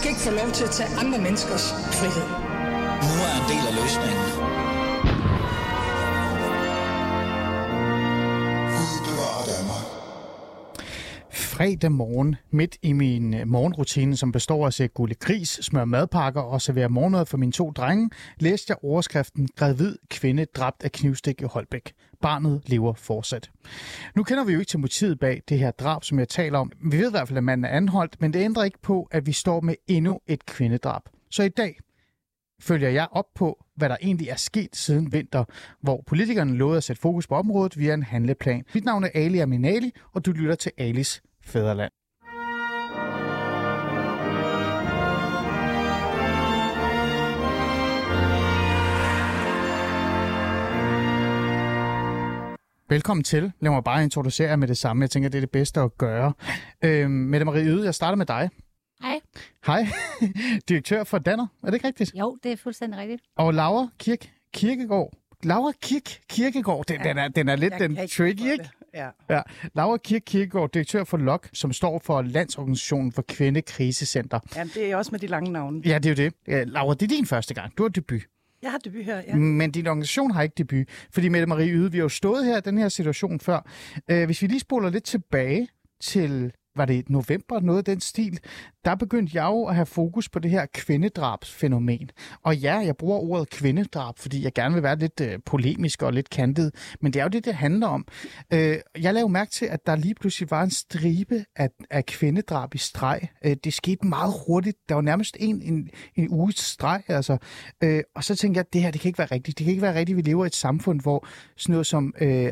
skal ikke få lov til at tage andre menneskers frihed. Nu er en del af løsningen. Fredag morgen, midt i min morgenrutine, som består af at se Gulli Gris, smøre madpakker og servere morgenmad for mine 2 drenge, læste jeg overskriften "Gravid kvinde dræbt af knivstik i Holbæk. Barnet lever fortsat." Nu kender vi jo ikke til motivet bag det her drab, som jeg taler om. Vi ved i hvert fald, at manden er anholdt, men det ændrer ikke på, at vi står med endnu et kvindedrab. Så i dag følger jeg op på, hvad der egentlig er sket siden vinter, hvor politikerne lovede at sætte fokus på området via en handleplan. Mit navn er Ali Aminali, og du lytter til Alis Fædreland. Velkommen til. Lad mig bare introducere jer med det samme. Jeg tænker, det er det bedste at gøre. Mette Marie Yde, jeg starter med dig. Hej. Hej. Direktør for Danner. Er det ikke rigtigt? Jo, det er fuldstændig rigtigt. Og Laura Kirkegaard. Laura Kirkegaard. Den er lidt tricky, ikke? Ja. Laura Kirkegaard, direktør for LOK, som står for Landsorganisationen for Kvindekrisecenter. Jamen, det er også med de lange navne. Ja, det er jo det. Laura, det er din første gang. Du har debut. Jeg har debut her, ja. Men din organisation har ikke debut, fordi Mette Marie Yde, vi har jo stået her i den her situation før. Hvis vi lige spoler lidt tilbage til, var det november, noget af den stil, der begyndte jeg jo at have fokus på det her kvindedrabsfænomen. Og ja, jeg bruger ordet kvindedrab, fordi jeg gerne vil være lidt polemisk og lidt kantet, men det er jo det handler om. Jeg lavede mærke til, at der lige pludselig var en stribe af kvindedrab i streg. Det skete meget hurtigt. Der var nærmest en uges streg, altså. Og så tænkte jeg, at det kan ikke være rigtigt. Det kan ikke være rigtigt, vi lever i et samfund, hvor sådan noget som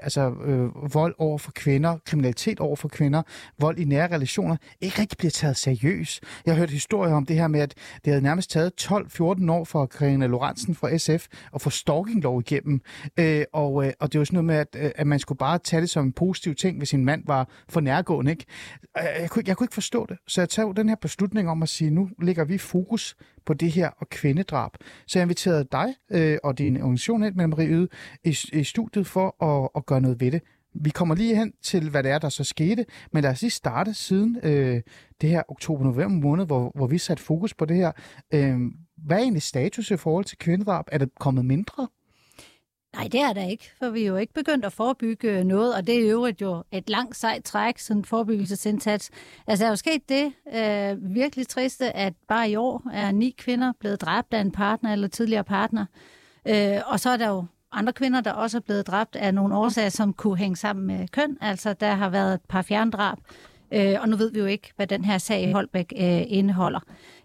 vold over for kvinder, kriminalitet over for kvinder, vold i nære relationer, ikke rigtig bliver taget seriøst. Jeg har hørt historier om det her med, at det havde nærmest taget 12-14 år for Karina Lorentzen fra SF at få stalkinglov igennem. Og det var sådan noget med, at man skulle bare tage det som en positiv ting, hvis sin mand var for nærgående. Ikke? Jeg kunne ikke forstå det. Så jeg tog den her beslutning om at sige, nu lægger vi fokus på det her og kvindedrab. Så jeg inviterede dig og din organisation, Mette Marie Yde, i studiet for at gøre noget ved det. Vi kommer lige hen til, hvad det er, der så skete, men lad os lige starte siden det her oktober-november måned, hvor vi satte fokus på det her. Hvad er egentlig status i forhold til kvindedrab? Er det kommet mindre? Nej, det er der ikke, for vi er jo ikke begyndt at forebygge noget, og det er jo et langt sejt træk, sådan en forebyggelsesindsats. Altså, der er jo sket det virkelig triste, at bare i år er 9 kvinder blevet dræbt af en partner eller tidligere partner, og så er der jo andre kvinder, der også er blevet dræbt af nogle årsager, som kunne hænge sammen med køn. Altså, der har været et par fjerndrab, og nu ved vi jo ikke, hvad den her sag i Holbæk indeholder.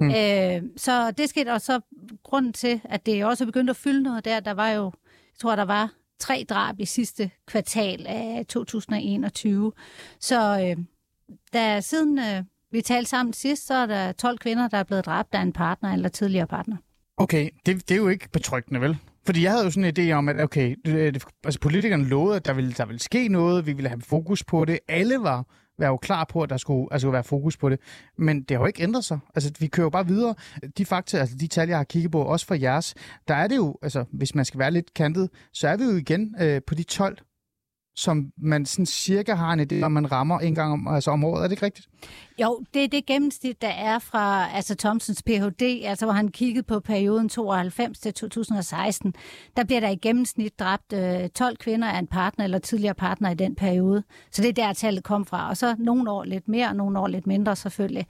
Så det skete også grunden til, at det også er begyndt at fylde noget der var jo, jeg tror, der var 3 drab i sidste kvartal af 2021. Så siden vi talte sammen sidst, så er der 12 kvinder, der er blevet dræbt af en partner eller tidligere partner. Okay, det er jo ikke betryggende, vel? Fordi jeg havde jo sådan en idé om, at okay, politikerne lovede, at der ville ske noget, vi ville have fokus på det. Alle var jo klar på, at der skulle være fokus på det. Men det har jo ikke ændret sig. Altså, vi kører jo bare videre. De fakta, altså de tal, jeg har kigget på, også for jeres, der er det jo, altså hvis man skal være lidt kantet, så er vi jo igen på de 12, som man sådan cirka har en idé, når man rammer en gang om året. Er det ikke rigtigt? Jo, det er det gennemsnit, der er fra Thomsens Ph.D., altså hvor han kiggede på perioden 92 til 2016. Der bliver der i gennemsnit dræbt 12 kvinder af en partner eller tidligere partner i den periode. Så det er der, tallet kom fra. Og så nogle år lidt mere, og nogle år lidt mindre selvfølgelig.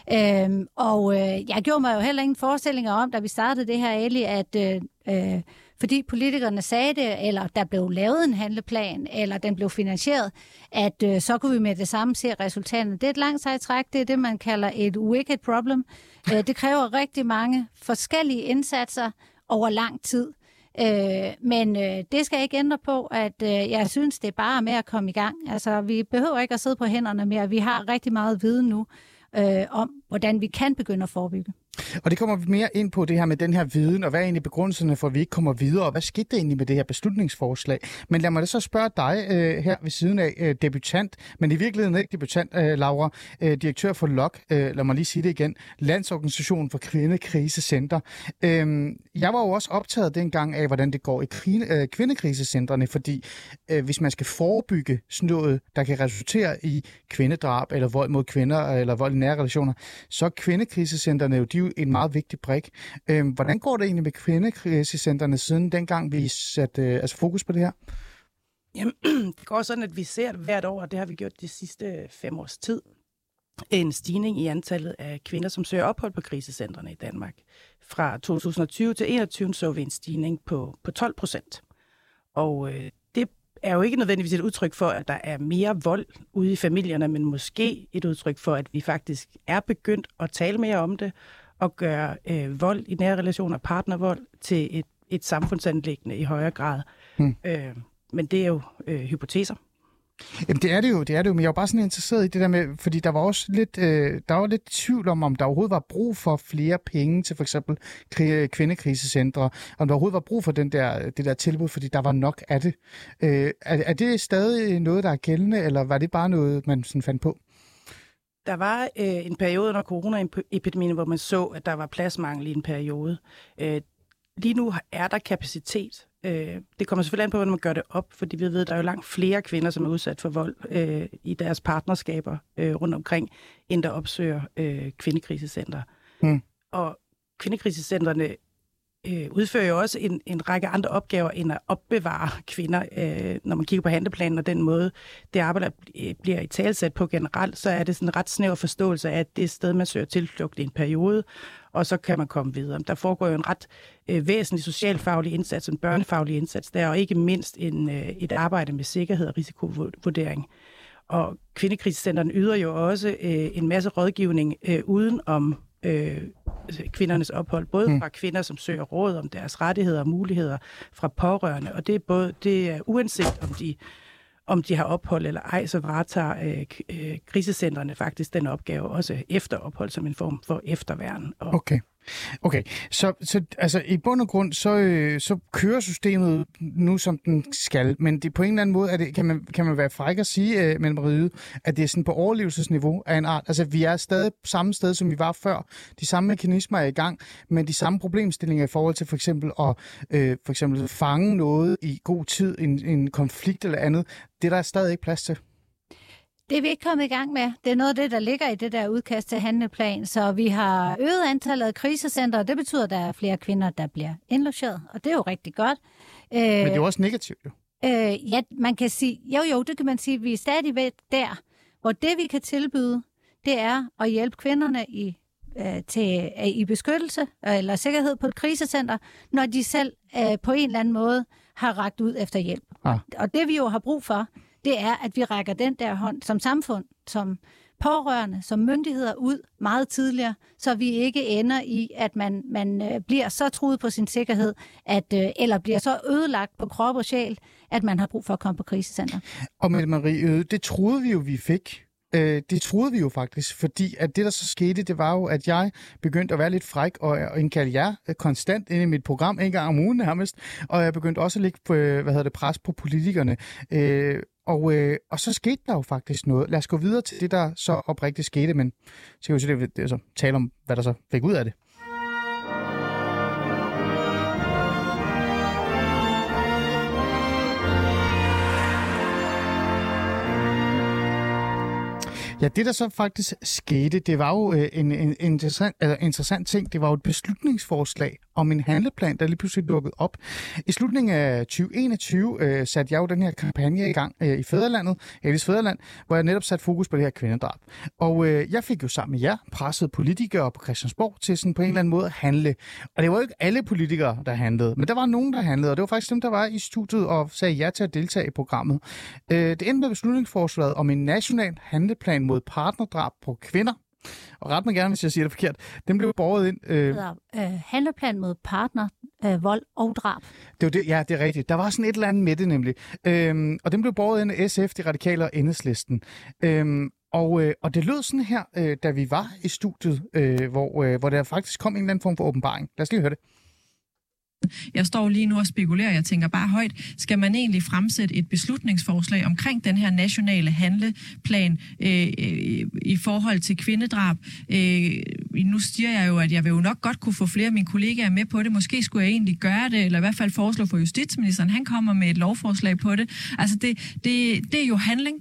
Jeg gjorde mig jo heller ingen forestillinger om, da vi startede det her, Ali, at fordi politikerne sagde det, eller der blev lavet en handleplan, eller den blev finansieret, at så kunne vi med det samme se resultaterne. Det er et langt sejt træk, det er det, man kalder et wicked problem. Det kræver rigtig mange forskellige indsatser over lang tid. Men det skal ikke ændre på, at jeg synes, det er bare med at komme i gang. Altså, vi behøver ikke at sidde på hænderne mere. Vi har rigtig meget viden nu om, hvordan vi kan begynde at forebygge. Og det kommer vi mere ind på, det her med den her viden, og hvad er egentlig begrundelserne for, at vi ikke kommer videre, og hvad skete der egentlig med det her beslutningsforslag? Men lad mig da så spørge dig her ved siden af, debutant, men i virkeligheden ikke debutant, Laura, direktør for LOK, lad mig lige sige det igen, Landsorganisationen for Kvindekrisecenter. Jeg var jo også optaget dengang af, hvordan det går i kvindekrisecentrene, fordi hvis man skal forebygge sådan noget, der kan resultere i kvindedrab, eller vold mod kvinder, eller vold i nære relationer, så er kvindekrisecentrene jo, de er jo jo en meget vigtig brik. Hvordan går det egentlig med kvindekrisecentrene siden dengang, vi satte fokus på det her? Jamen, det går sådan, at vi ser hvert år, og det har vi gjort de sidste 5 års tid, en stigning i antallet af kvinder, som søger ophold på krisecentrene i Danmark. Fra 2020 til 2021 så vi en stigning på 12%. Og det er jo ikke nødvendigvis et udtryk for, at der er mere vold ude i familierne, men måske et udtryk for, at vi faktisk er begyndt at tale mere om det, og gøre vold i nære relationer, partnervold, til et samfundsanliggende i højere grad. Men det er jo hypoteser. Jamen, det er det jo, men jeg var bare sådan interesseret i det der med, fordi der var også lidt tvivl om der overhovedet var brug for flere penge til for eksempel kvindekrisecentre, om der overhovedet var brug for det der tilbud, fordi der var nok af det. Er det stadig noget, der er gældende, eller var det bare noget, man sådan fandt på? Der var en periode under coronaepidemien, hvor man så, at der var pladsmangel i en periode. Lige nu er der kapacitet. Det kommer selvfølgelig an på, hvordan man gør det op, fordi vi ved, at der er jo langt flere kvinder, som er udsat for vold i deres partnerskaber rundt omkring, end der opsøger kvindekrisecenter. Og kvindekrisecentrene udfører jo også en række andre opgaver, end at opbevare kvinder. Når man kigger på handleplanen og den måde, det arbejde bliver italesat på generelt, så er det sådan en ret snæver forståelse af, at det er et sted, man søger tilflugt i en periode, og så kan man komme videre. Der foregår jo en ret væsentlig socialfaglig indsats, en børnefaglig indsats der, og ikke mindst et arbejde med sikkerhed og risikovurdering. Og kvindekrisecentrene yder jo også en masse rådgivning uden om kvindernes ophold, både fra kvinder, som søger råd om deres rettigheder og muligheder, fra pårørende, og det er uanset om de har ophold eller ej, så varetager krisecentrene faktisk den opgave også efter ophold som en form for efterværn. Okay. Så altså, i bund og grund, så kører systemet nu, som den skal, men det på en eller anden måde, kan man være fræk at sige, Mette Marie, at det er sådan på overlevelsesniveau af en art. Altså, vi er stadig samme sted, som vi var før. De samme mekanismer er i gang, men de samme problemstillinger i forhold til for eksempel at fange noget i god tid, en konflikt eller andet, det er der stadig ikke plads til. Det er vi ikke kommet i gang med. Det er noget af det, der ligger i det der udkast til handleplan. Så vi har øget antallet af krisecentre, og det betyder, at der er flere kvinder, der bliver indlogeret. Og det er jo rigtig godt. Men det er jo også negativt, jo. Ja, man kan sige, jo, det kan man sige. Vi er stadigvæk der, hvor det, vi kan tilbyde, det er at hjælpe kvinderne i beskyttelse eller sikkerhed på et krisecenter, når de selv på en eller anden måde har rakt ud efter hjælp. Og det, vi jo har brug for, det er, at vi rækker den der hånd som samfund, som pårørende, som myndigheder ud meget tidligere, så vi ikke ender i, at man bliver så truet på sin sikkerhed, eller bliver så ødelagt på krop og sjæl, at man har brug for at komme på krisecenter. Og Mette Marie, det troede vi jo, vi fik. Det troede vi jo faktisk, fordi at det, der så skete, det var jo, at jeg begyndte at være lidt fræk og indkalde jer konstant ind i mit program, en gang om ugen nærmest, og jeg begyndte også at lægge pres på politikerne. Og så skete der jo faktisk noget. Lad os gå videre til det, der så oprigtigt skete, men så kan vi så tale om, hvad der så fik ud af det. Ja, det der så faktisk skete, det var jo en interessant ting. Det var jo et beslutningsforslag om en handleplan, der lige pludselig dukkede op. I slutningen af 2021 satte jeg jo den her kampagne i gang i Fædrelandet, Alice Fædreland, hvor jeg netop satte fokus på det her kvindedrab. Og jeg fik jo sammen med jer presset politikere på Christiansborg til sådan på en eller anden måde at handle. Og det var jo ikke alle politikere, der handlede, men der var nogen, der handlede, og det var faktisk dem, der var i studiet og sagde ja til at deltage i programmet. Det endte med beslutningsforslaget om en national handleplan mod partnerdrab på kvinder. Og ret mig gerne, hvis jeg siger det forkert. Den blev båret ind... handleplan mod partner, vold og drab. Det var det, ja, det er rigtigt. Der var sådan et eller andet med det nemlig. Og den blev båret ind af SF, De Radikale og Enhedslisten. Og det lød sådan her, da vi var i studiet, hvor der faktisk kom en eller anden form for åbenbaring. Lad os lige høre det. Jeg står lige nu og spekulerer, jeg tænker bare højt, skal man egentlig fremsætte et beslutningsforslag omkring den her nationale handleplan i forhold til kvindedrab? Nu siger jeg jo, at jeg vil jo nok godt kunne få flere af mine kollegaer med på det. Måske skulle jeg egentlig gøre det, eller i hvert fald foreslå for justitsministeren. Han kommer med et lovforslag på det. Altså det er jo handling.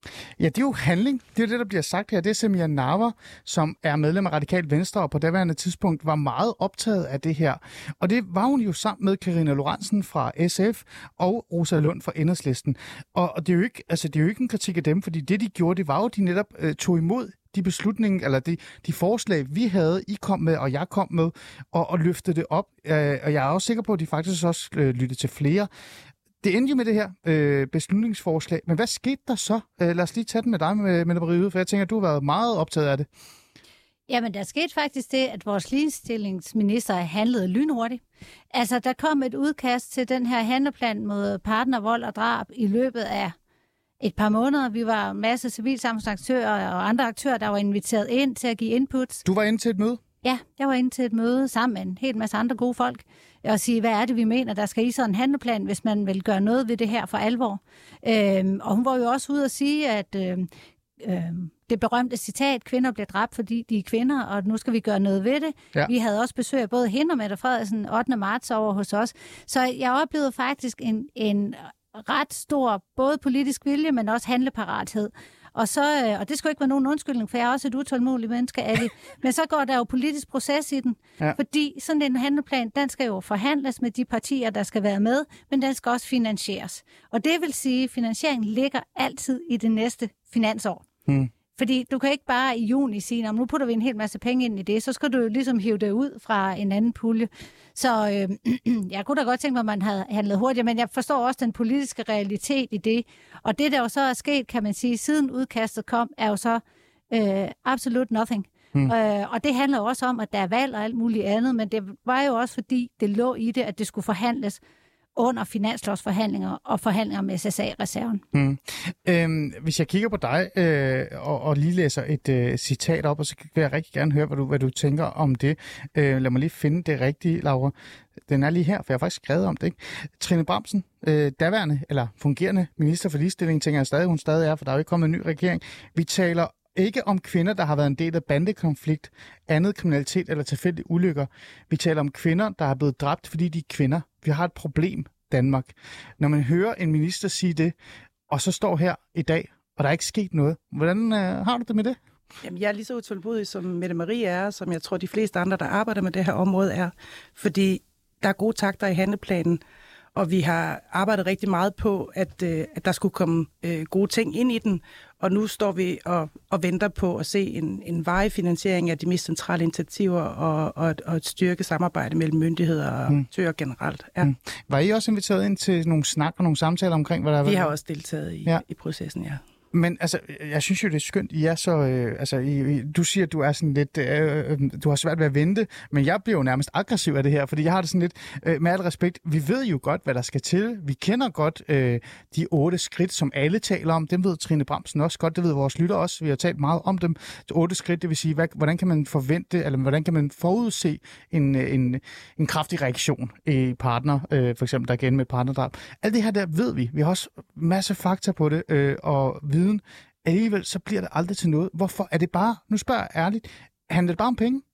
Ja, det er jo handling. Det er jo det, der bliver sagt her. Det er Samira Nawa, som er medlem af Radikal Venstre, og på daværende tidspunkt var meget optaget af det her. Og det var hun jo sammen med Karina Lorentzen fra SF og Rosa Lund fra Enhedslisten. Og det er jo ikke en kritik af dem, fordi det, de gjorde, det var jo, de netop tog imod de beslutninger, eller de forslag, vi havde, I kom med, og jeg kom med, og løftede det op. Og jeg er også sikker på, at de faktisk også lyttede til flere. Det endte jo med det her beslutningsforslag, men hvad skete der så? Lad os lige tage den med dig, Mette Marie, for jeg tænker, at du har været meget optaget af det. Jamen, der skete faktisk det, at vores ligestillingsminister handlede lynhurtigt. Altså, der kom et udkast til den her handleplan mod partnervold og drab i løbet af et par måneder. Vi var en masse civilsamfundsaktører og andre aktører, der var inviteret ind til at give inputs. Du var inde til et møde? Ja, jeg var inde til et møde sammen med en hel masse andre gode folk og sige, hvad er det, vi mener, der skal i sådan en handleplan, hvis man vil gøre noget ved det her for alvor. Og hun var jo også ude at sige, at det berømte citat, kvinder bliver dræbt, fordi de er kvinder, og nu skal vi gøre noget ved det. Ja. Vi havde også besøg af både hende og Mette Frederiksen 8. marts over hos os. Så jeg oplevede faktisk en ret stor både politisk vilje, men også handleparathed. Og det skal jo ikke være nogen undskyldning, for jeg er også et utålmodigt menneske af det. Men så går der jo politisk proces i den, fordi sådan en handleplan, den skal jo forhandles med de partier, der skal være med, men den skal også finansieres. Og det vil sige, at finansieringen ligger altid i det næste finansår. Fordi du kan ikke bare i juni sige, nu putter vi en hel masse penge ind i det, så skal du jo ligesom hive det ud fra en anden pulje. Så jeg kunne da godt tænke mig, at man havde handlet hurtigt, men jeg forstår også den politiske realitet i det. Og det, der jo så er sket, kan man sige, siden udkastet kom, er jo så absolut nothing. Og det handler jo også om, at der er valg og alt muligt andet, men det var jo også fordi, det lå i det, at det skulle forhandles under finanslovsforhandlinger og forhandlinger med SSA-reserven. Hvis jeg kigger på dig og lige læser et citat op, og så vil jeg rigtig gerne høre, hvad du tænker om det. Lad mig lige finde det rigtige, Laura. Den er lige her, for jeg har faktisk skrevet om det. Ikke? Trine Bramsen, daværende eller fungerende minister for ligestilling, tænker jeg stadig, hun stadig er, for der er jo ikke kommet en ny regering. Vi taler ikke om kvinder, der har været en del af bandekonflikt, andet kriminalitet eller tilfældige ulykker. Vi taler om kvinder, der er blevet dræbt, fordi de er kvinder. Vi har et problem, Danmark. Når man hører en minister sige det, og så står her i dag, og der er ikke sket noget. Hvordan har du det med det? Jamen, jeg er lige så utålmodig, som Mette Marie er, som jeg tror, de fleste andre, der arbejder med det her område er. Fordi der er gode takter i handleplanen, og vi har arbejdet rigtig meget på, at der skulle komme gode ting ind i den. Og nu står vi og venter på at se en varig finansiering af de mest centrale initiativer og et styrke samarbejde mellem myndigheder og aktører generelt. Ja. Var I også inviteret ind til nogle snak og nogle samtaler omkring, hvad der var? Vi har også deltaget i processen, ja. Men altså, jeg synes jo, det er skønt. I er så, du siger, at du er sådan lidt, du har svært ved at vente, men jeg bliver jo nærmest aggressiv af det her, fordi jeg har det sådan lidt, med al respekt, vi ved jo godt, hvad der skal til. Vi kender godt de 8 skridt, som alle taler om. Dem ved Trine Bramsen også godt, det ved vores lytter også. Vi har talt meget om dem. De 8 skridt, det vil sige, hvordan kan man forvente, eller hvordan kan man forudse en kraftig reaktion i partner, for eksempel der igen med partnerdrab. Alt det her der ved vi. Vi har også masse fakta på det, og viden. Alligevel så bliver det aldrig til noget. Hvorfor er det bare, nu spørger jeg ærligt, handler det bare om penge?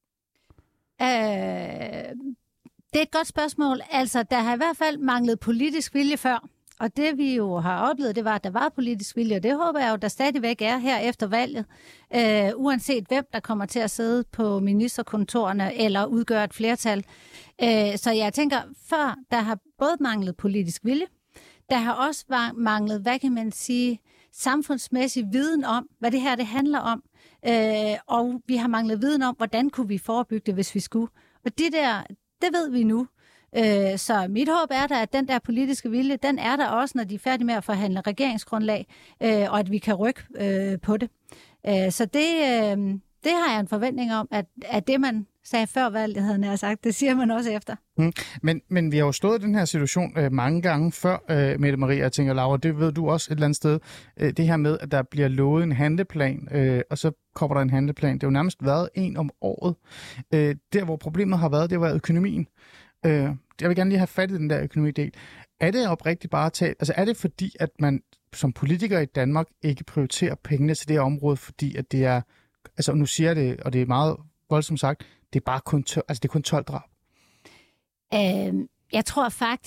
Det er et godt spørgsmål. Altså, der har i hvert fald manglet politisk vilje før. Og det vi jo har oplevet, det var, at der var politisk vilje, og det håber jeg jo, der stadigvæk er her efter valget. Uanset hvem, der kommer til at sidde på ministerkontorerne eller udgøre et flertal. Så jeg tænker, før der har både manglet politisk vilje, der har også manglet, hvad kan man sige, samfundsmæssig viden om, hvad det her det handler om. Og vi har manglet viden om, hvordan kunne vi forebygge det, hvis vi skulle. Og det ved vi nu. Så mit håb er da, at den der politiske vilje, den er der også, når de er færdige med at forhandle regeringsgrundlag, og at vi kan rykke på det. Så det har jeg en forventning om, at det man sagde før valget, havde jeg sagt, det siger man også efter. Men vi har jo stået i den her situation mange gange før, Mette Marie, jeg tænker, Laura, det ved du også et eller andet sted, det her med, at der bliver lovet en handleplan, og så kommer der en handleplan. Det har jo nærmest været en om året. Der, hvor problemet har været, det var økonomien. Jeg vil gerne lige have fat i den der økonomidel. Er det oprigtigt bare at tage, altså er det fordi, at man som politiker i Danmark ikke prioriterer pengene til det her område, fordi at det er, altså nu siger jeg det, og det er meget voldsomt sagt, det er bare kun 12 drab? Jeg tror faktisk,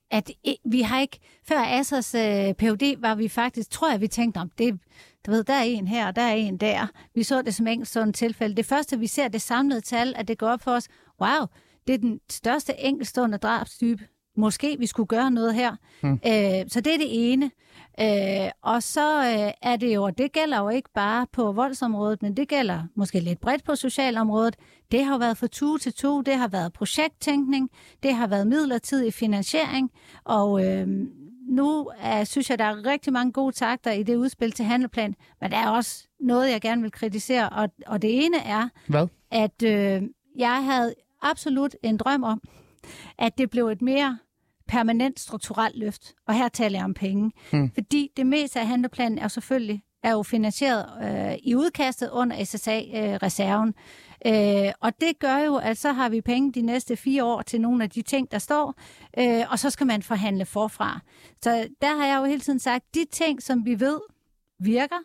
at vi har ikke... Før Assers PhD var vi faktisk... Tror jeg, vi tænkte om det... Du ved, der er en her, og der er en der. Vi så det som enkeltstående tilfælde. Det første, vi ser det samlede tal, at det går op for os. Wow, det er den største enkeltstående drabstype. Måske vi skulle gøre noget her. Så det er det ene. Og så er det jo, og det gælder jo ikke bare på voldsområdet, men det gælder måske lidt bredt på socialområdet. Det har været fra tue til tue, det har været projekttænkning, det har været midlertidig finansiering, og nu synes jeg, der er rigtig mange gode takter i det udspil til handleplan, men der er også noget, jeg gerne vil kritisere, og det ene er, at jeg havde absolut en drøm om, at det blev et mere permanent strukturelt løft, og her taler jeg om penge. Fordi det meste af handleplanen er jo finansieret i udkastet under SSA-reserven. Og det gør jo, at så har vi penge de næste 4 år til nogle af de ting, der står, og så skal man forhandle forfra. Så der har jeg jo hele tiden sagt, de ting, som vi ved virker,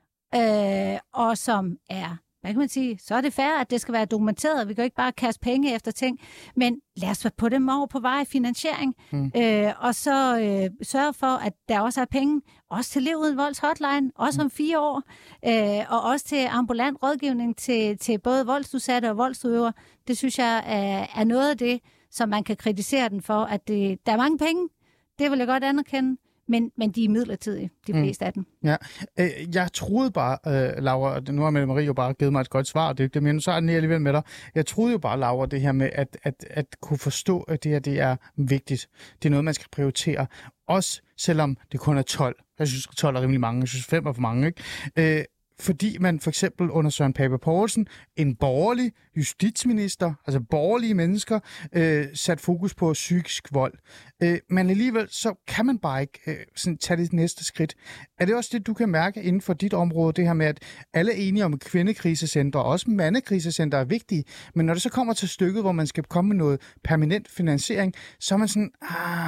og som er, hvad kan man sige, så er det fair, at det skal være dokumenteret. Vi kan jo ikke bare kaste penge efter ting, men lad os på dem over på vej finansiering, og så sørge for, at der også er penge, også til Lev Uden Volds hotline, også om 4 år, og også til ambulant rådgivning til både voldsudsatte og voldsudøvere. Det synes jeg er noget af det, som man kan kritisere den for, at der er mange penge, det vil jeg godt anerkende, men de er midlertidige, de fleste af dem. Ja, jeg troede bare, Laura, nu har Mette Marie jo bare givet mig et godt svar, det men så er den alligevel med dig. Jeg troede jo bare, Laura, det her med at kunne forstå, at det her det er vigtigt. Det er noget, man skal prioritere. Også selvom det kun er 12. Jeg synes, 12 er rimelig mange. Jeg synes, 5 er for mange, ikke? Fordi man for eksempel under Søren Pape Poulsen, en borgerlig justitsminister, altså borgerlige mennesker, sat fokus på psykisk vold. Men alligevel, så kan man bare ikke sådan tage det næste skridt. Er det også det, du kan mærke inden for dit område, det her med, at alle er enige om, at kvindekrisecentre og også mandekrisecentre er vigtige, men når det så kommer til stykket, hvor man skal komme med noget permanent finansiering, så er man sådan,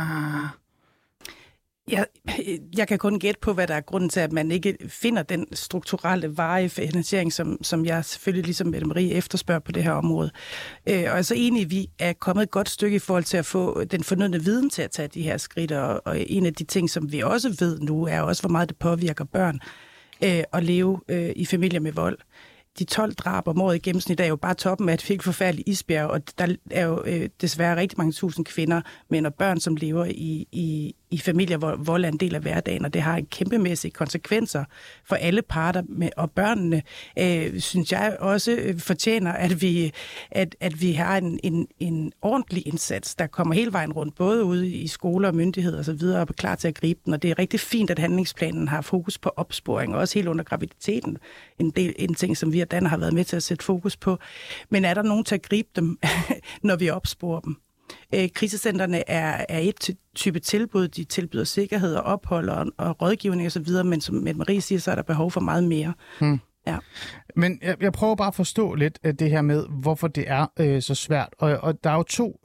Jeg kan kun gætte på, hvad der er grunden til, at man ikke finder den strukturelle varige finansiering, som jeg selvfølgelig ligesom Mette Marie efterspørger på det her område. Og jeg er så enig, at vi er kommet et godt stykke i forhold til at få den fornødne viden til at tage de her skridt. Og en af de ting, som vi også ved nu, er også, hvor meget det påvirker børn at leve i familier med vold. De 12 drab om året i gennemsnit er jo bare toppen af et helt forfærdeligt isbjerg, og der er jo desværre rigtig mange tusind kvinder, mænd og børn, som lever i familier, hvor vold er en del af hverdagen, og det har en kæmpemæssige konsekvenser for alle parter. Og børnene, synes jeg også fortjener, at vi har en ordentlig indsats, der kommer hele vejen rundt, både ude i skoler og myndigheder osv., og er klar til at gribe den. Og det er rigtig fint, at handlingsplanen har fokus på opsporing, og også helt under graviditeten. En ting, som vi og Dan har været med til at sætte fokus på. Men er der nogen til at gribe dem, når vi opsporer dem? Krisecentrene er et type tilbud. De tilbyder sikkerhed og ophold og rådgivning osv., men som Mette Marie siger, så er der behov for meget mere. Ja. Men jeg prøver bare at forstå lidt det her med, hvorfor det er så svært. Og der er jo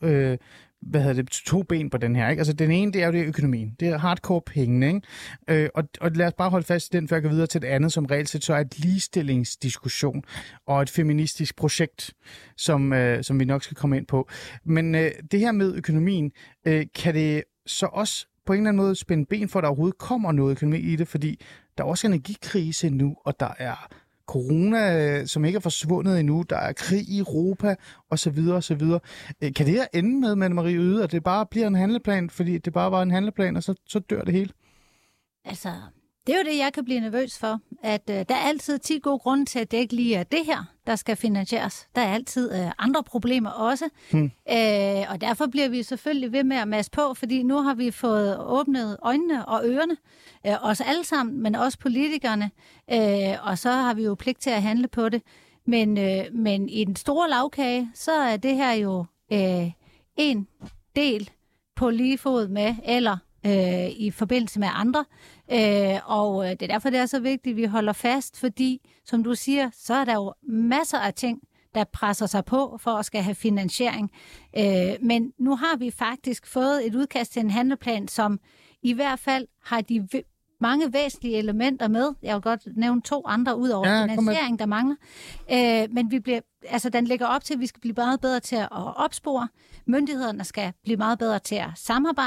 to ben på den her, ikke? Altså den ene, det er jo det økonomien. Det er hardcore pengene, ikke? Og lad os bare holde fast i den, før jeg går videre til det andet, som reelt set så er et ligestillingsdiskussion og et feministisk projekt, som vi nok skal komme ind på. Men det her med økonomien, kan det så også på en eller anden måde spænde ben for, at der overhovedet kommer noget økonomi i det, fordi der er også energikrise nu, og der er corona, som ikke er forsvundet endnu, der er krig i Europa, osv. osv. Kan det her ende med, Mette Marie Yde, at det bare bliver en handleplan, fordi det bare var en handleplan, og så dør det hele? Altså, det er jo det, jeg kan blive nervøs for, at der er altid 10 gode grunde til, at det ikke lige er det her, der skal finansieres. Der er altid andre problemer også, og derfor bliver vi selvfølgelig ved med at masse på, fordi nu har vi fået åbnet øjnene og ørerne, os alle sammen, men også politikerne, og så har vi jo pligt til at handle på det. Men i den store lavkage, så er det her jo en del på lige fod med, eller i forbindelse med andre. Og det er derfor, det er så vigtigt, at vi holder fast, fordi, som du siger, så er der jo masser af ting, der presser sig på for at skal have finansiering. Men nu har vi faktisk fået et udkast til en handleplan, som i hvert fald har de mange væsentlige elementer med. Jeg vil godt nævne 2 andre ud over finansiering, der mangler. Men den lægger op til, at vi skal blive meget bedre til at opspore. Myndighederne skal blive meget bedre til at samarbejde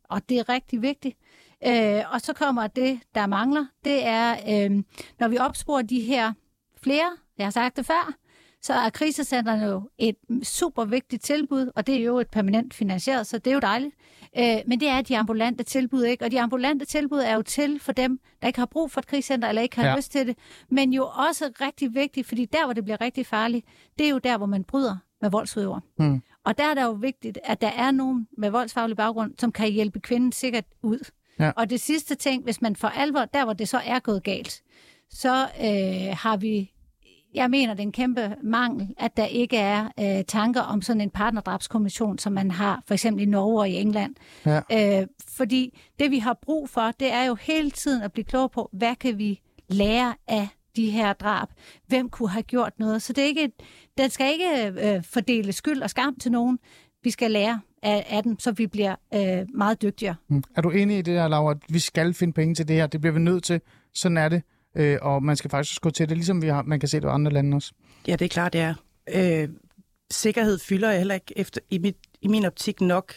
og det er rigtig vigtigt. Og så kommer det, der mangler, det er, når vi opsporer de her flere, jeg har sagt det før, så er krisecentrene jo et super vigtigt tilbud, og det er jo et permanent finansieret, så det er jo dejligt. Men det er de ambulante tilbud, ikke? Og de ambulante tilbud er jo til for dem, der ikke har brug for et krisecenter, eller ikke har lyst til det. Men jo også rigtig vigtigt, fordi der, hvor det bliver rigtig farligt, det er jo der, hvor man bryder med voldsudøver. Og der er det jo vigtigt, at der er nogen med voldsfaglig baggrund, som kan hjælpe kvinden sikkert ud. Ja. Og det sidste ting, hvis man for alvor, der hvor det så er gået galt, så har vi, jeg mener, det er en kæmpe mangel, at der ikke er tanker om sådan en partnerdrabskommission, som man har for eksempel i Norge og i England. Ja. Fordi det, vi har brug for, det er jo hele tiden at blive klogere på, hvad kan vi lære af de her drab? Hvem kunne have gjort noget? Så det er ikke, den skal ikke fordele skyld og skam til nogen. Vi skal lære af dem, så vi bliver meget dygtigere. Er du enig i det der, Laura, at vi skal finde penge til det her? Det bliver vi nødt til. Sådan er det. Og man skal faktisk gå til det, ligesom man kan se det i andre lande også. Ja, det er klart, det er. Sikkerhed fylder heller ikke i min optik nok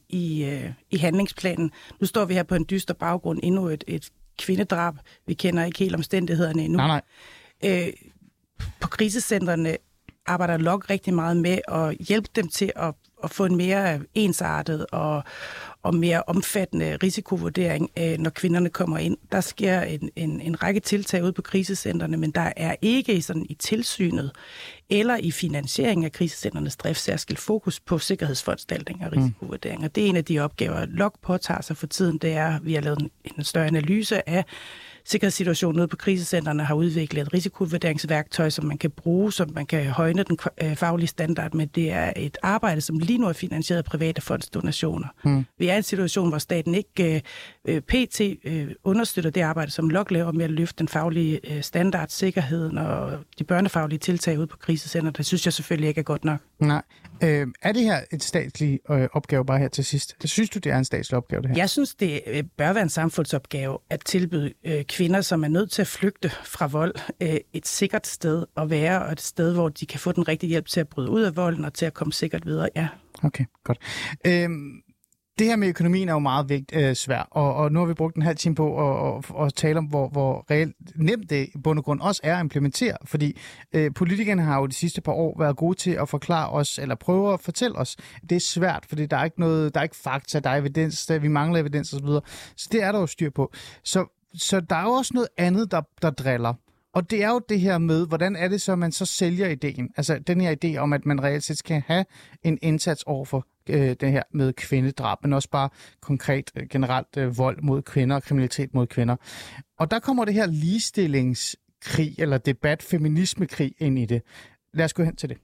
i handlingsplanen. Nu står vi her på en dyster baggrund, endnu et kvindedrab. Vi kender ikke helt omstændighederne endnu. Nej. På krisecentrene arbejder LOG rigtig meget med at hjælpe dem til at få en mere ensartet og mere omfattende risikovurdering, når kvinderne kommer ind. Der sker en række tiltag ude på krisecentrene, men der er ikke sådan i tilsynet eller i finansieringen af krisecentrenes drift særskilt fokus på sikkerhedsforanstaltninger og risikovurderinger. Det er en af de opgaver, LOG påtager sig for tiden. Det er, vi har lavet en større analyse af sikkerhedssituationen ude på krisecentrene, har udviklet et risikovurderingsværktøj, som man kan bruge, som man kan højne den faglige standard, men det er et arbejde, som lige nu er finansieret af private fondsdonationer. Vi er i en situation, hvor staten ikke pt. Understøtter det arbejde, som LOG laver med at løfte den faglige standard, sikkerheden og de børnefaglige tiltag ude på krisecentrene. Det synes jeg selvfølgelig ikke er godt nok. Nej. Er det her et statslig opgave bare her til sidst? Synes du, det er en statslig opgave, det her? Jeg synes, det bør være en samfundsopgave at tilbyde kvinder, som er nødt til at flygte fra vold, et sikkert sted at være, og et sted, hvor de kan få den rigtige hjælp til at bryde ud af volden og til at komme sikkert videre. Ja. Okay, godt. Det her med økonomien er jo meget svært, og nu har vi brugt en halv time på at tale om, hvor reelt nemt det i bund og grund også er at implementere, fordi politikerne har jo de sidste par år været gode til at forklare os, eller prøve at fortælle os, at det er svært, fordi der er ikke fakta, der er evidens, vi mangler evidens osv., så det er der jo styr på. Så der er jo også noget andet, der driller. Og det er jo det her med, hvordan er det så, man så sælger ideen? Altså den her idé om, at man reelt set skal have en indsats over for det her med kvindedrab, men også bare konkret generelt vold mod kvinder og kriminalitet mod kvinder. Og der kommer det her ligestillingskrig eller debat, feminismekrig ind i det. Lad os gå hen til det.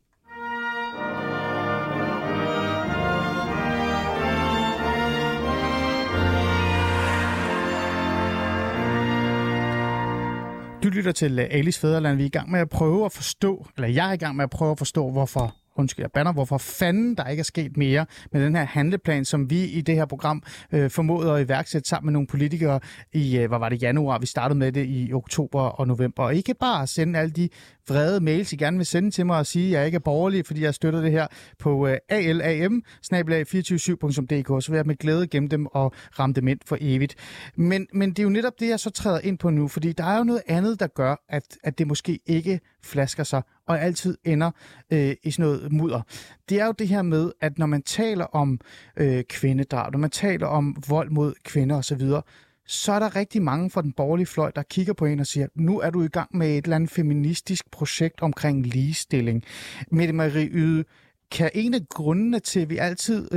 Du lytter til Alis Fædreland. Vi er i gang med at prøve at forstå, eller jeg er i gang med at prøve at forstå, hvorfor fanden der ikke er sket mere med den her handleplan, som vi i det her program formåede at iværksætte sammen med nogle politikere i, januar. Vi startede med det i oktober og november. Og I kan bare sende alle de vrede mails, I gerne vil sende til mig og sige, at jeg ikke er borgerlig, fordi jeg støtter det her på alam@247.dk, så vil jeg med glæde gemme dem og ramme dem ind for evigt. Men det er jo netop det, jeg så træder ind på nu, fordi der er jo noget andet, der gør, at det måske ikke flasker sig og altid ender i sådan noget mudder. Det er jo det her med, at når man taler om kvindedrab, når man taler om vold mod kvinder osv., så er der rigtig mange fra den borgerlige fløj, der kigger på en og siger, nu er du i gang med et eller andet feministisk projekt omkring ligestilling. Mette Marie Yde, kan en af grundene til, at vi altid...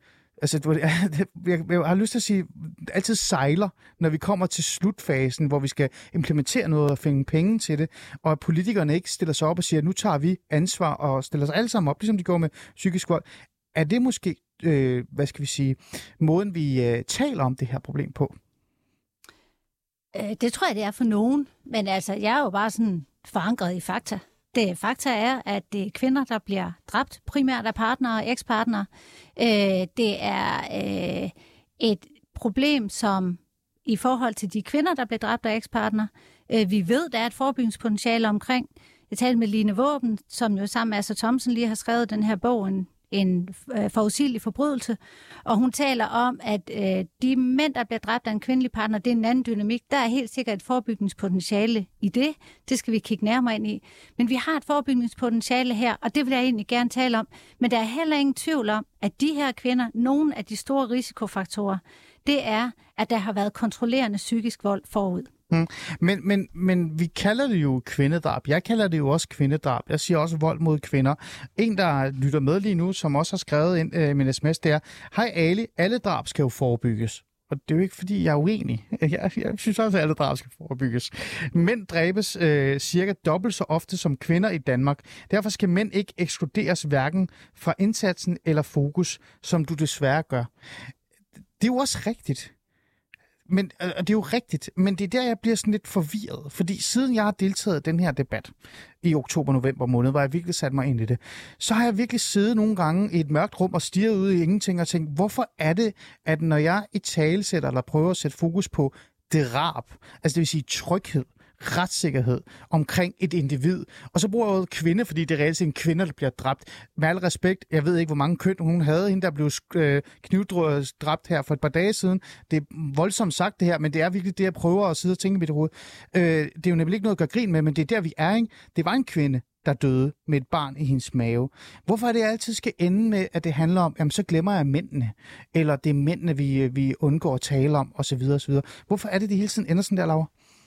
jeg har lyst til at sige, altid sejler, når vi kommer til slutfasen, hvor vi skal implementere noget og finde penge til det, og at politikerne ikke stiller sig op og siger, nu tager vi ansvar og stiller sig alle sammen op, ligesom de går med psykisk vold. Er det måske, måden vi taler om det her problem på? Det tror jeg, det er for nogen, men altså, jeg er jo bare sådan forankret i fakta. Fakta er, at det er kvinder, der bliver dræbt, primært af partnere og ekspartnere. Det er et problem, som i forhold til de kvinder, der bliver dræbt af ekspartnere, vi ved, der er et forebyggelsespotentiale omkring. Jeg talte med Line Våben, som jo sammen med Asser Thomsen lige har skrevet den her bog, en forudsigelig forbrydelse. Og hun taler om, at de mænd, der bliver dræbt af en kvindelig partner, det er en anden dynamik. Der er helt sikkert et forebyggningspotentiale i det. Det skal vi kigge nærmere ind i. Men vi har et forebyggningspotentiale her, og det vil jeg egentlig gerne tale om. Men der er heller ingen tvivl om, at de her kvinder, nogle af de store risikofaktorer, det er, at der har været kontrollerende psykisk vold forud. Men vi kalder det jo kvindedrab. Jeg kalder det jo også kvindedrab. Jeg siger også vold mod kvinder. En, der lytter med lige nu, som også har skrevet ind min sms, det er: Hej Ali, alle drab skal jo forebygges. Og det er jo ikke, fordi jeg er uenig. Jeg synes også, at alle drab skal forebygges. Mænd dræbes cirka dobbelt så ofte som kvinder i Danmark. Derfor skal mænd ikke ekskluderes hverken fra indsatsen eller fokus, som du desværre gør. Det er jo også rigtigt. Men det er jo rigtigt, men det er der, jeg bliver sådan lidt forvirret. Fordi siden jeg har deltaget i den her debat i oktober-november måned, hvor jeg virkelig satte mig ind i det, så har jeg virkelig siddet nogle gange i et mørkt rum og stirret ud i ingenting og tænkt, hvorfor er det, at når jeg italesætter eller prøver at sætte fokus på drab, altså det vil sige tryghed, retssikkerhed omkring et individ. Og så bruger jeg jo kvinde, fordi det er reelt set en kvinde, der bliver dræbt. Med al respekt, jeg ved ikke, hvor mange køn hun havde, hende der blev knivdræbt her for et par dage siden. Det er voldsomt sagt det her, men det er virkelig det, jeg prøver at sidde og tænke i mit hoved. Det er jo nemlig ikke noget at gøre grin med, men det er der, vi er, ikke? Det var en kvinde, der døde med et barn i hendes mave. Hvorfor er det altid skal ende med, at det handler om, jamen så glemmer jeg mændene, eller det er mændene, vi undgår at tale om, osv. osv. Hvorfor er det hele tiden ender sådan der, Laura?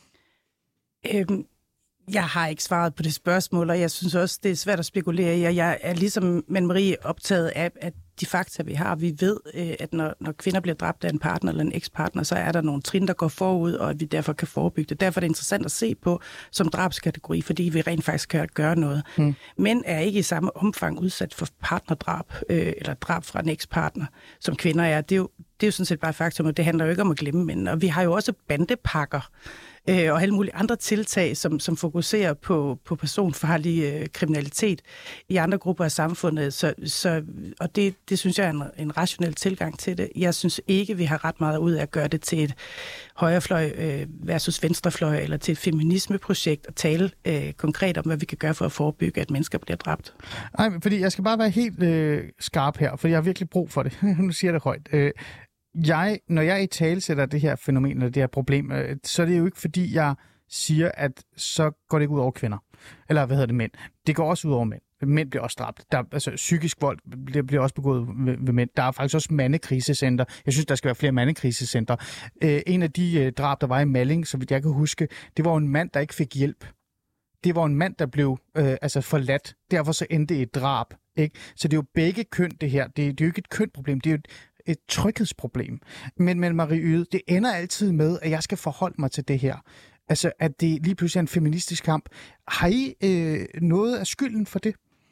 Jeg har ikke svaret på det spørgsmål, og jeg synes også, det er svært at spekulere i. Jeg er ligesom Marie optaget af, at de fakta, vi har, vi ved, at når kvinder bliver dræbt af en partner eller en ekspartner, så er der nogle trin, der går forud, og at vi derfor kan forebygge det. Derfor er det interessant at se på som drabskategori, fordi vi rent faktisk kan gøre noget. Mænd er ikke i samme omfang udsat for partnerdrab eller drab fra en ekspartner, som kvinder er. Det er jo sådan set bare faktum, og det handler jo ikke om at glemme mænd. Og vi har jo også bandepakker og alle mulige andre tiltag, som fokuserer på personfarlig kriminalitet i andre grupper af samfundet. Og det synes jeg er en rationel tilgang til det. Jeg synes ikke, vi har ret meget ud af at gøre det til et højrefløj versus venstrefløj, eller til et feminismeprojekt, og tale konkret om, hvad vi kan gøre for at forebygge, at mennesker bliver dræbt. Nej, fordi jeg skal bare være helt skarp her, for jeg har virkelig brug for det. Nu siger jeg det højt. Når jeg italesætter det her fænomen eller det her problem, så er det jo ikke fordi, jeg siger, at så går det ikke ud over kvinder. Eller mænd. Det går også ud over mænd. Mænd bliver også dræbt. Psykisk vold bliver også begået ved mænd. Der er faktisk også mandekrisecenter. Jeg synes, der skal være flere mandekrisecenter. En af de drab, der var i Malling, så vidt jeg kan huske, det var en mand, der ikke fik hjælp. Det var en mand, der blev forladt. Derfor så endte det et drab. Ikke? Så det er jo begge køn, det her. Det er jo ikke et kønproblem. Det er jo et tryghedsproblem. Men Marie Yde, det ender altid med, at jeg skal forholde mig til det her. Altså, at det lige pludselig er en feministisk kamp. Har I noget af skylden for det?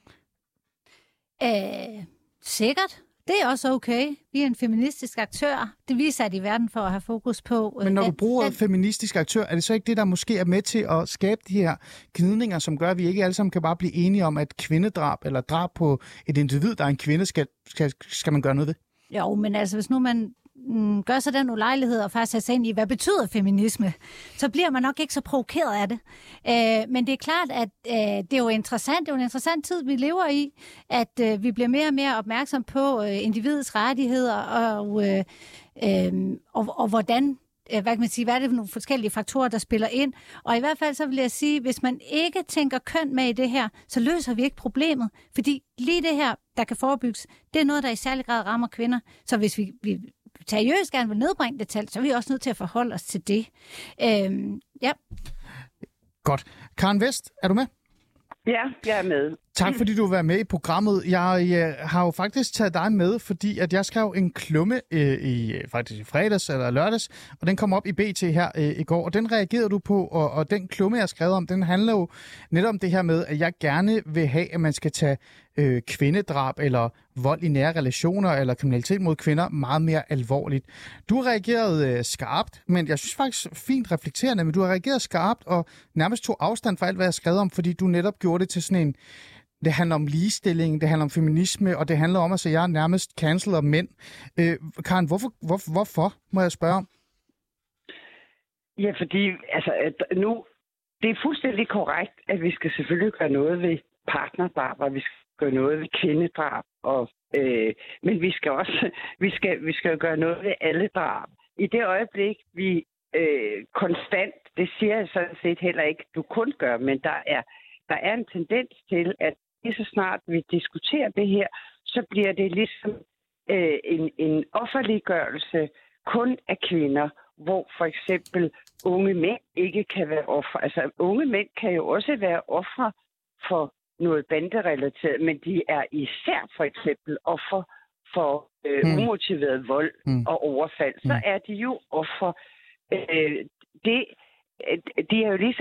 Sikkert. Det er også okay. Vi er en feministisk aktør. Det viser at i verden for at have fokus på... Men når du bruger feministisk aktør, er det så ikke det, der måske er med til at skabe de her gnidninger, som gør, at vi ikke alle sammen kan bare blive enige om, at kvindedrab eller drab på et individ, der er en kvinde, skal man gøre noget ved? Jo, men altså, hvis nu man gør sig den ulejlighed og faktisk sætte sig ind i, hvad betyder feminisme, så bliver man nok ikke så provokeret af det. Men det er klart, at det er jo interessant. Det er jo en interessant tid, vi lever i, at vi bliver mere og mere opmærksom på individets rettigheder og hvordan, hvad kan man sige, hvad er det for nogle forskellige faktorer, der spiller ind. Og i hvert fald så vil jeg sige, hvis man ikke tænker køn med i det her, så løser vi ikke problemet. Fordi lige det her, der kan forebygges, det er noget, der i særlig grad rammer kvinder. Så hvis vi seriøst gerne vil nedbringe det tal, så er vi også nødt til at forholde os til det. Ja. Godt. Karen West, er du med? Ja, jeg er med. Tak fordi du vil være med i programmet. Jeg har jo faktisk taget dig med, fordi at jeg skrev en klumme faktisk i fredags eller lørdags, og den kom op i BT her i går, og den reagerede du på, og den klumme, jeg skrev om, den handler jo netop om det her med, at jeg gerne vil have, at man skal tage kvindedrab eller vold i nære relationer eller kriminalitet mod kvinder meget mere alvorligt. Du har reageret skarpt, men jeg synes faktisk fint reflekterende, men du har reageret skarpt og nærmest tog afstand fra alt, hvad jeg skrev om, fordi du netop gjorde det til sådan en... Det handler om ligestilling, det handler om feminisme, og det handler om, at jeg er nærmest canceler mænd. Karen, hvorfor, må jeg spørge om? Ja, fordi nu, det er fuldstændig korrekt, at vi skal selvfølgelig gøre noget ved partnerdrab, og vi skal gøre noget ved kvindedrab, Men vi skal også vi skal jo gøre noget ved alle drab. I det øjeblik, vi konstant, det siger jeg sådan set heller ikke, du kun gør, men der er en tendens til, at lige så snart vi diskuterer det her, så bliver det ligesom en offerliggørelse kun af kvinder, hvor for eksempel unge mænd ikke kan være ofre. Altså unge mænd kan jo også være ofre for noget banderelateret, men de er især for eksempel offer for umotiveret vold og overfald. Så er de jo offer. De er jo lige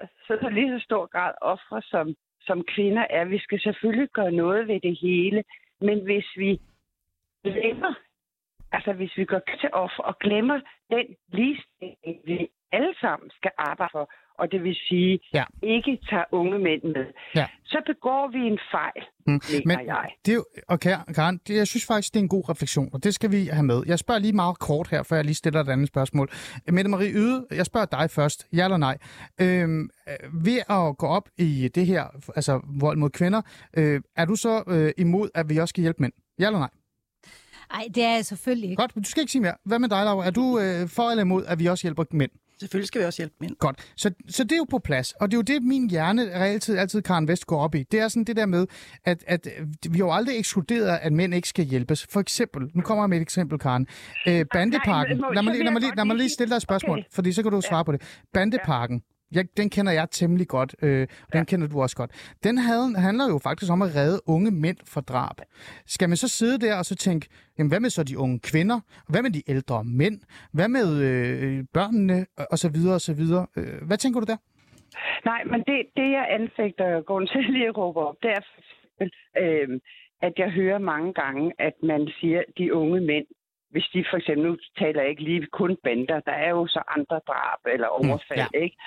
så stor grad ofre som kvinder er. Vi skal selvfølgelig gøre noget ved det hele, men hvis vi glemmer, hvis vi går til offer og glemmer den ligestilling, vi alle sammen skal arbejde for, og det vil sige, ikke tager unge mænd med, så begår vi en fejl, mener jeg. Det er jo, okay, Karen, jeg synes faktisk, det er en god refleksion, og det skal vi have med. Jeg spørger lige meget kort her, før jeg lige stiller et andet spørgsmål. Mette Marie Yde, jeg spørger dig først, ja eller nej. Ved at gå op i det her, altså vold mod kvinder, er du så imod, at vi også skal hjælpe mænd? Ja eller nej? Nej, det er jeg selvfølgelig ikke. Godt, men du skal ikke sige mere. Hvad med dig, Laura? Er du for eller imod, at vi også hjælper mænd? Selvfølgelig skal vi også hjælpe mænd. Godt. Så det er jo på plads. Og det er jo det, min hjerne altid Karen West går op i. Det er sådan det der med, at vi har jo aldrig ekskluderet, at mænd ikke skal hjælpes. For eksempel, nu kommer jeg med et eksempel, Karen. Bandeparken. Lad mig lige stille dig et spørgsmål, fordi så kan du svare på det. Bandeparken. Den kender jeg temmelig godt, og den kender du også godt. Den handler jo faktisk om at redde unge mænd fra drab. Skal man så sidde der og så tænke, jamen, hvad med så de unge kvinder? Hvad med de ældre mænd? Hvad med børnene? Og så videre, og så videre. Hvad tænker du der? Nej, men det jeg anfægter, grunden til lige at råbe op, det er for eksempel, at jeg hører mange gange, at man siger, de unge mænd, hvis de for eksempel, nu taler jeg ikke lige kun bander, der er jo så andre drab eller overfald, ikke?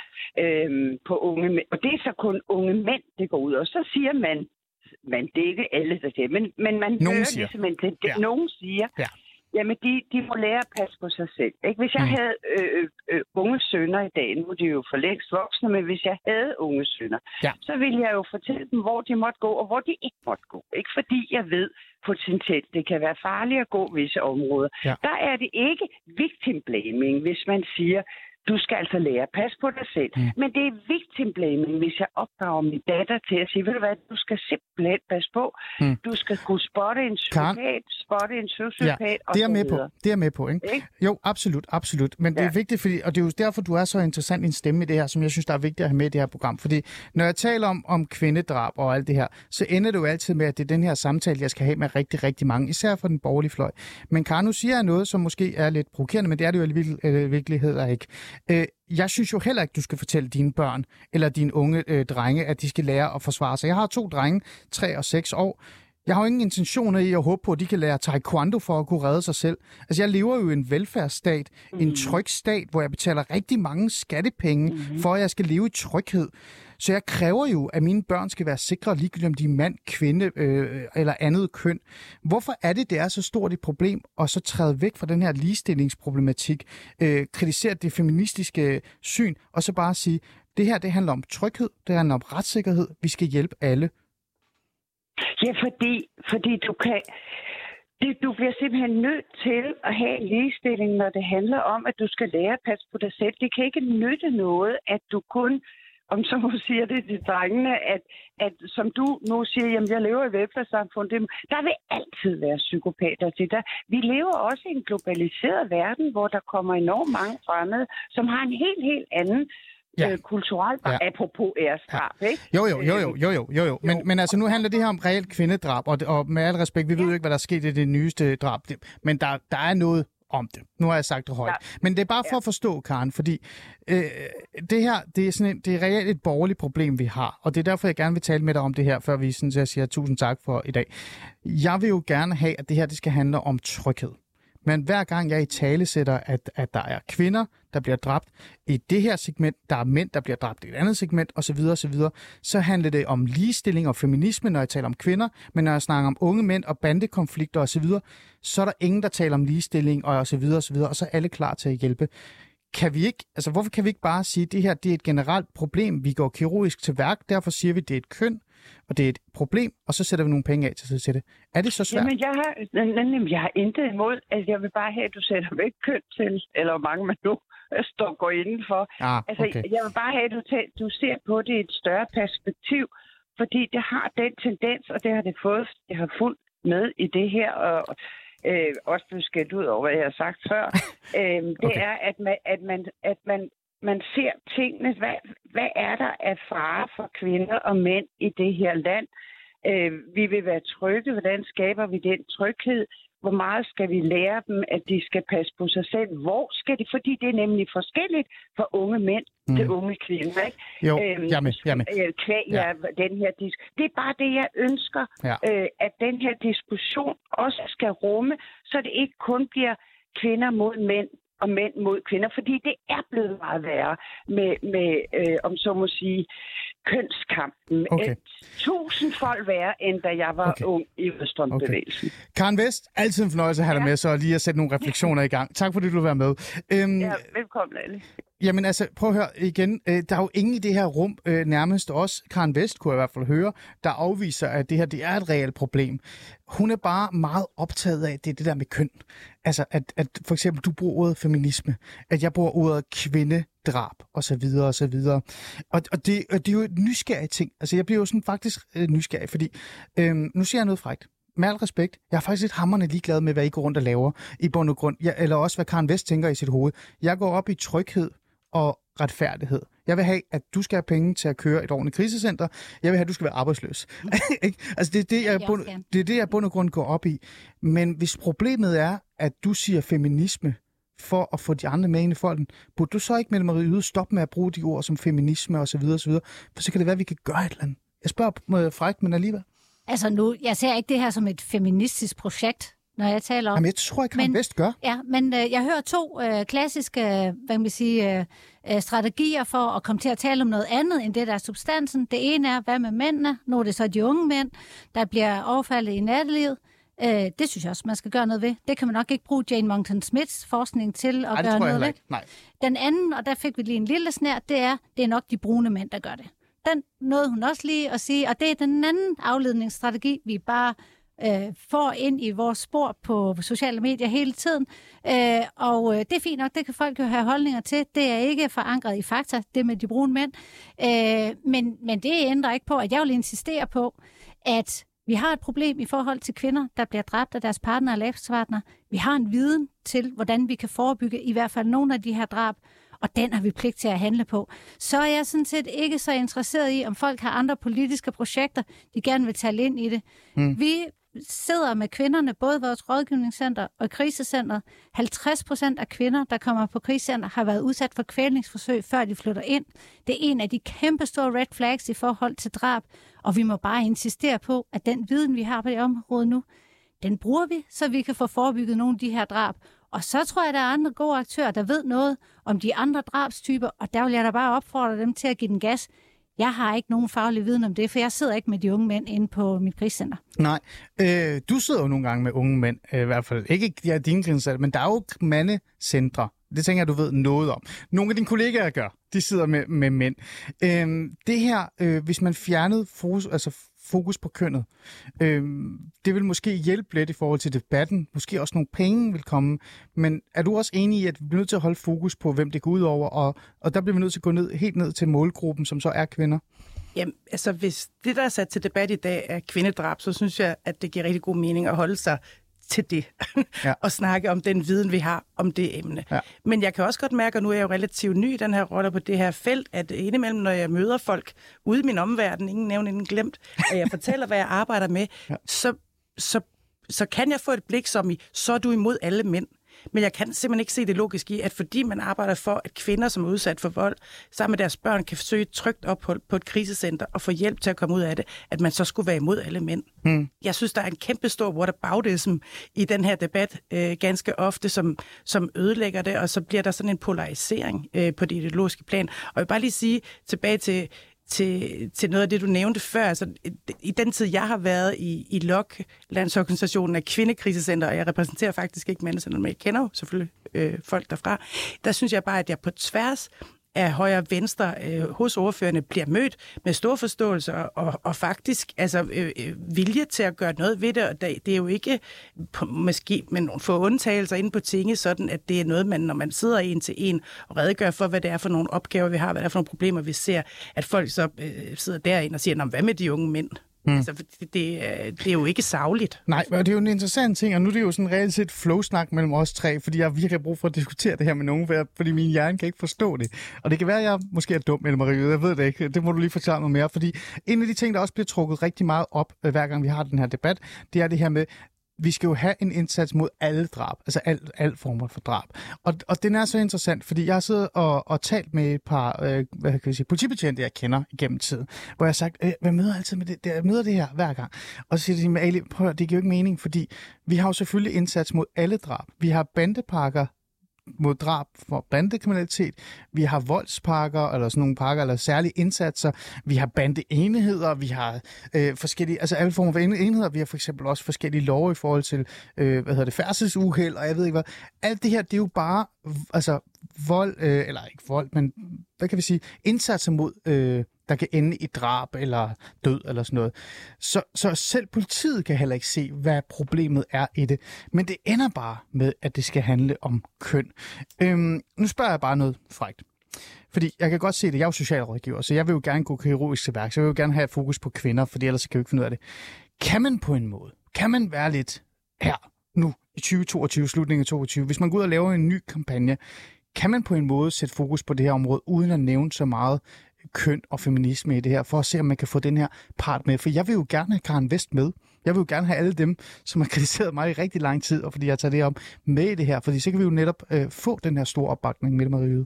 På unge mænd. Og det er så kun unge mænd, det går ud. Og så siger man det er ikke alle, der siger, men man hører ligesom, at nogen siger, jamen de må lære at passe på sig selv. Ikke? Hvis jeg havde unge sønner i dag, nu er de jo for længst voksne, men hvis jeg havde unge sønner, så ville jeg jo fortælle dem, hvor de måtte gå, og hvor de ikke måtte gå. Ikke fordi jeg ved potentielt, det kan være farligt at gå visse områder. Ja. Der er det ikke victim blaming, hvis man siger, du skal altså lære at passe på dig selv. Men det er victim blaming, hvis jeg opdrager min datter til at sige, ved du hvad, du skal simpelthen passe på. Du skal kunne spotte en psykopat, spotte en sociopat og så videre. Det er med på, ikke? Jo, absolut. Men det er vigtigt, fordi, og det er jo derfor, du er så interessant en stemme i det her, som jeg synes, der er vigtigt at have med i det her program. Fordi når jeg taler om kvindedrab og alt det her, så ender det jo altid med, at det er den her samtale, jeg skal have med rigtig, rigtig mange, især for den borgerlige fløj. Men Karen, nu siger jeg noget, som måske er lidt provokerende, men det er det jo i virkeligheden ikke. Jeg synes jo heller ikke, du skal fortælle dine børn eller dine unge drenge, at de skal lære at forsvare sig. Jeg har 2 drenge, 3 og 6 år. Jeg har jo ingen intentioner i at håbe på, at de kan lære taekwondo for at kunne redde sig selv. Altså, jeg lever jo i en velfærdsstat, en tryg stat, hvor jeg betaler rigtig mange skattepenge, for at jeg skal leve i tryghed. Så jeg kræver jo, at mine børn skal være sikre, ligegyldigt om de er mand, kvinde eller andet køn. Hvorfor er det er så stort et problem, og så træde væk fra den her ligestillingsproblematik, kritisere det feministiske syn, og så bare sige, det her, det handler om tryghed, det handler om retssikkerhed, vi skal hjælpe alle. Ja, fordi du kan... Du bliver simpelthen nødt til at have en ligestilling, når det handler om, at du skal lære at passe på dig selv. Det kan ikke nytte noget, at du kun, om så må sige det til drengene, at som du nu siger, jamen jeg lever i velfærdssamfund, der vil altid være psykopater til dig. Vi lever også i en globaliseret verden, hvor der kommer enormt mange fremmede, som har en helt anden kulturelt, apropos æresdrab, ikke? Jo. Men altså, nu handler det her om reelt kvindedrab, og med al respekt, vi ved jo ikke, hvad der er sket i det nyeste drab, men der er noget om det. Nu har jeg sagt det højt. Men det er bare for at forstå, Karen, fordi det her, det er reelt et borgerligt problem, vi har, og det er derfor, jeg gerne vil tale med dig om det her, før vi sådan, så jeg siger tusind tak for i dag. Jeg vil jo gerne have, at det her, det skal handle om tryghed. Men hver gang jeg i tale sætter, at der er kvinder, der bliver dræbt i det her segment, der er mænd, der bliver dræbt i et andet segment, osv., så handler det om ligestilling og feminisme, når jeg taler om kvinder, men når jeg snakker om unge mænd og bandekonflikter osv., så er der ingen, der taler om ligestilling og så videre, og så er alle klar til at hjælpe. Hvorfor kan vi ikke bare sige, at det her det er et generelt problem, vi går kirurgisk til værk, derfor siger vi, at det er et køn, og det er et problem, og så sætter vi nogle penge af til det. Er det så svært? Jamen, jeg har intet imod, at jeg vil bare have, at du sætter væk køn til, eller hvor mange man nu går indenfor. Okay. Jeg vil bare have, at du ser på det i et større perspektiv, fordi det har den tendens, og det har det fået, det har fulgt med i det her, og også blevet skældt ud over, hvad jeg har sagt før. Det er, at man ser tingene. Hvad er der af fare for kvinder og mænd i det her land? Vi vil være trygge. Hvordan skaber vi den tryghed? Hvor meget skal vi lære dem, at de skal passe på sig selv? Hvor skal de? Fordi det er nemlig forskelligt for unge mænd til unge kvinder, ikke? Jo, jamen. Den her det er bare det, jeg ønsker, at den her diskussion også skal rumme, så det ikke kun bliver kvinder mod mænd og mænd mod kvinder, fordi det er blevet meget værre med om så må sige, kønskampen. 1000-fold værre, end da jeg var ung i Østrømbevægelsen. Karen Westh, altid en fornøjelse at have dig med, så lige at sætte nogle refleksioner i gang. Tak fordi du vil være med. Velkommen, alle. Jamen altså, prøv at høre igen. Der er jo ingen i det her rum, nærmest også Karen Westh, kunne jeg i hvert fald høre, der afviser, at det her det er et reelt problem. Hun er bare meget optaget af det der med køn. Altså, at for eksempel du bruger ordet feminisme, at jeg bruger ordet kvindedrab, og så videre, og så videre. Og det er jo et nysgerrigt ting. Altså, jeg bliver jo sådan faktisk nysgerrig, fordi nu siger jeg noget frækt. Med al respekt, jeg er faktisk lidt hamrende ligeglad med, hvad I går rundt og laver i bund og grund. Eller også, hvad Karen Westh tænker i sit hoved. Jeg går op i tryghed og retfærdighed. Jeg vil have, at du skal have penge til at køre et ordentligt krisecenter. Jeg vil have, at du skal være arbejdsløs. Altså, det er det, jeg bund og grund går op i. Men hvis problemet er, at du siger feminisme for at få de andre med ind i folden, burde du så ikke, Mette Marie Yde, stoppe med at bruge de ord som feminisme osv., for så kan det være, at vi kan gøre et eller andet. Jeg spørger frækt, men alligevel. Altså nu, jeg ser ikke det her som et feministisk projekt, når jeg taler om... Jamen, jeg tror ikke, Karen Westh gør. Ja, men jeg hører to klassiske, hvad kan man sige, strategier for at komme til at tale om noget andet, end det, der er substansen. Det ene er, hvad med mændene? Nu er det så de unge mænd, der bliver overfaldet i nattelivet. Det synes jeg også, man skal gøre noget ved. Det kan man nok ikke bruge Jane Monckton Smiths forskning til at gøre noget ved. Nej. Den anden, og der fik vi lige en lille snær, det er nok de brune mænd, der gør det. Den nåede hun også lige at sige, og det er den anden afledningsstrategi, vi bare får ind i vores spor på sociale medier hele tiden. Og det er fint nok, det kan folk jo have holdninger til. Det er ikke forankret i fakta, det med de brune mænd. Men det ændrer ikke på, at jeg vil insistere på, at vi har et problem i forhold til kvinder, der bliver dræbt af deres partner eller ekspartner. Vi har en viden til, hvordan vi kan forebygge i hvert fald nogle af de her drab, og den har vi pligt til at handle på. Så er jeg sådan set ikke så interesseret i, om folk har andre politiske projekter, de gerne vil tale ind i det. Vi sidder med kvinderne, både i vores rådgivningscenter og krisecenter. 50% af kvinder, der kommer på krisecenter, har været udsat for kvælningsforsøg, før de flytter ind. Det er en af de kæmpe store red flags i forhold til drab, og vi må bare insistere på, at den viden, vi har på det område nu, den bruger vi, så vi kan få forebygget nogle af de her drab. Og så tror jeg, der er andre gode aktører, der ved noget om de andre drabstyper, og der vil jeg da bare opfordre dem til at give den gas. Jeg har ikke nogen faglig viden om det, for jeg sidder ikke med de unge mænd inde på mit krisecenter. Nej, du sidder jo nogle gange med unge mænd, i hvert fald. Ikke dine krisecenter, men der er jo mandecentre. Det tænker jeg, du ved noget om. Nogle af dine kollegaer gør. De sidder med mænd. Det her, hvis man fjernede fokus på kønnet, det vil måske hjælpe lidt i forhold til debatten. Måske også nogle penge vil komme. Men er du også enig i, at vi bliver nødt til at holde fokus på, hvem det går ud over? Og der bliver vi nødt til at gå helt ned til målgruppen, som så er kvinder? Jamen, altså hvis det, der er sat til debat i dag, er kvindedrab, så synes jeg, at det giver rigtig god mening at holde sig til det, og snakke om den viden, vi har om det emne. Ja. Men jeg kan også godt mærke, og nu er jeg jo relativt ny i den her rolle på det her felt, at indimellem, når jeg møder folk ude i min omverden, ingen nævnt, ingen glemt, og jeg fortæller, hvad jeg arbejder med, så kan jeg få et blik som i, så er du imod alle mænd. Men jeg kan simpelthen ikke se det logisk i, at fordi man arbejder for, at kvinder, som er udsat for vold, sammen med deres børn, kan søge et trygt ophold på et krisecenter og få hjælp til at komme ud af det, at man så skulle være imod alle mænd. Jeg synes, der er en kæmpe stor whataboutism i den her debat, ganske ofte, som ødelægger det, og så bliver der sådan en polarisering på det ideologiske plan. Og jeg vil bare lige sige tilbage til noget af det, du nævnte før. Altså, i den tid, jeg har været i LOK, Landsorganisationen af Kvindekrisecenter, og jeg repræsenterer faktisk ikke Mandecentret, men jeg kender jo selvfølgelig folk derfra, der synes jeg bare, at jeg på tværs af højre og venstre hos ordførerne bliver mødt med stor forståelse og faktisk vilje til at gøre noget ved det. Og det er jo ikke måske med nogle få undtagelser inde på tinget, sådan at det er noget, når man sidder en til en og redegør for, hvad det er for nogle opgaver, vi har, hvad det er for nogle problemer, vi ser, at folk så sidder derinde og siger, hvad med de unge mænd? Altså, det er jo ikke sagligt. Nej, og det er jo en interessant ting, og nu er det jo sådan reelt set flow-snak mellem os tre, fordi jeg har virkelig brug for at diskutere det her med nogen, fordi min hjerne kan ikke forstå det. Og det kan være, at jeg måske er dum, Mette Marie, jeg ved det ikke. Det må du lige fortælle mig mere, fordi en af de ting, der også bliver trukket rigtig meget op, hver gang vi har den her debat, det er det her med, vi skal jo have en indsats mod alle drab, altså alt former for drab. Og den er så interessant, fordi jeg har siddet og talt med et par politibetjente, jeg kender igennem tiden, hvor jeg har sagt, hvad møder altid med det? Jeg møder det her hver gang. Og så siger de med Ali, prøv at det giver jo ikke mening, fordi vi har jo selvfølgelig indsats mod alle drab. Vi har bandepakker mod drab for bandekriminalitet. Vi har voldspakker, eller sådan nogle pakker, eller særlige indsatser. Vi har bandeenheder, vi har forskellige, altså alle former for enheder. Vi har for eksempel også forskellige love i forhold til, færdselsuheld, og jeg ved ikke hvad. Alt det her, det er jo bare, vold, eller ikke vold, men hvad kan vi sige, indsatser mod der kan ende i drab eller død eller sådan noget. Så selv politiet kan heller ikke se, hvad problemet er i det. Men det ender bare med, at det skal handle om køn. Nu spørger jeg bare noget frækt. Fordi jeg kan godt se det. Jeg er jo socialrådgiver, så jeg vil jo gerne gå kirurgisk til værks. Jeg vil jo gerne have fokus på kvinder, for ellers kan jeg jo ikke finde ud af det. Kan man på en måde? Kan man være lidt her nu i 2022, slutningen af 2022, hvis man går ud og laver en ny kampagne, kan man på en måde sætte fokus på det her område, uden at nævne så meget køn og feminisme i det her, for at se, om man kan få den her part med. For jeg vil jo gerne have Karen Westh med. Jeg vil jo gerne have alle dem, som har kritiseret mig i rigtig lang tid, og fordi jeg tager det om med i det her, fordi så kan vi jo netop få den her store opbakning, Mette Marie.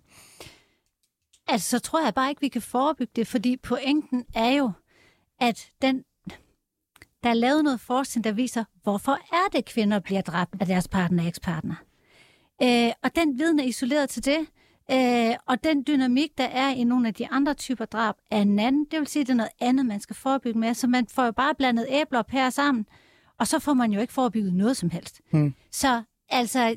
Altså, så tror jeg bare ikke, vi kan forebygge det, fordi pointen er jo, at der er lavet noget forskning, der viser, hvorfor er det, kvinder bliver dræbt af deres partner og ekspartner. Og den viden er isoleret til det, og den dynamik, der er i nogle af de andre typer drab, er en anden. Det vil sige, at det er noget andet, man skal forebygge med. Så man får jo bare blandet æbler og pærer sammen, og så får man jo ikke forebygget noget som helst. Så altså,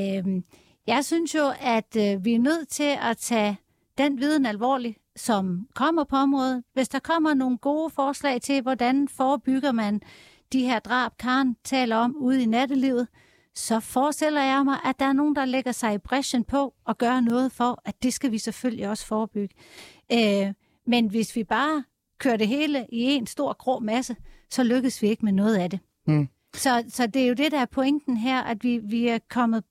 jeg synes jo, at vi er nødt til at tage den viden alvorligt, som kommer på området. Hvis der kommer nogle gode forslag til, hvordan forebygger man de her drab, Karen taler om ude i nattelivet, så forestiller jeg mig, at der er nogen, der lægger sig i brechen på og gør noget for, at det skal vi selvfølgelig også forebygge. Men hvis vi bare kører det hele i en stor grå masse, så lykkes vi ikke med noget af det. Så det er jo det, der er pointen her, at vi er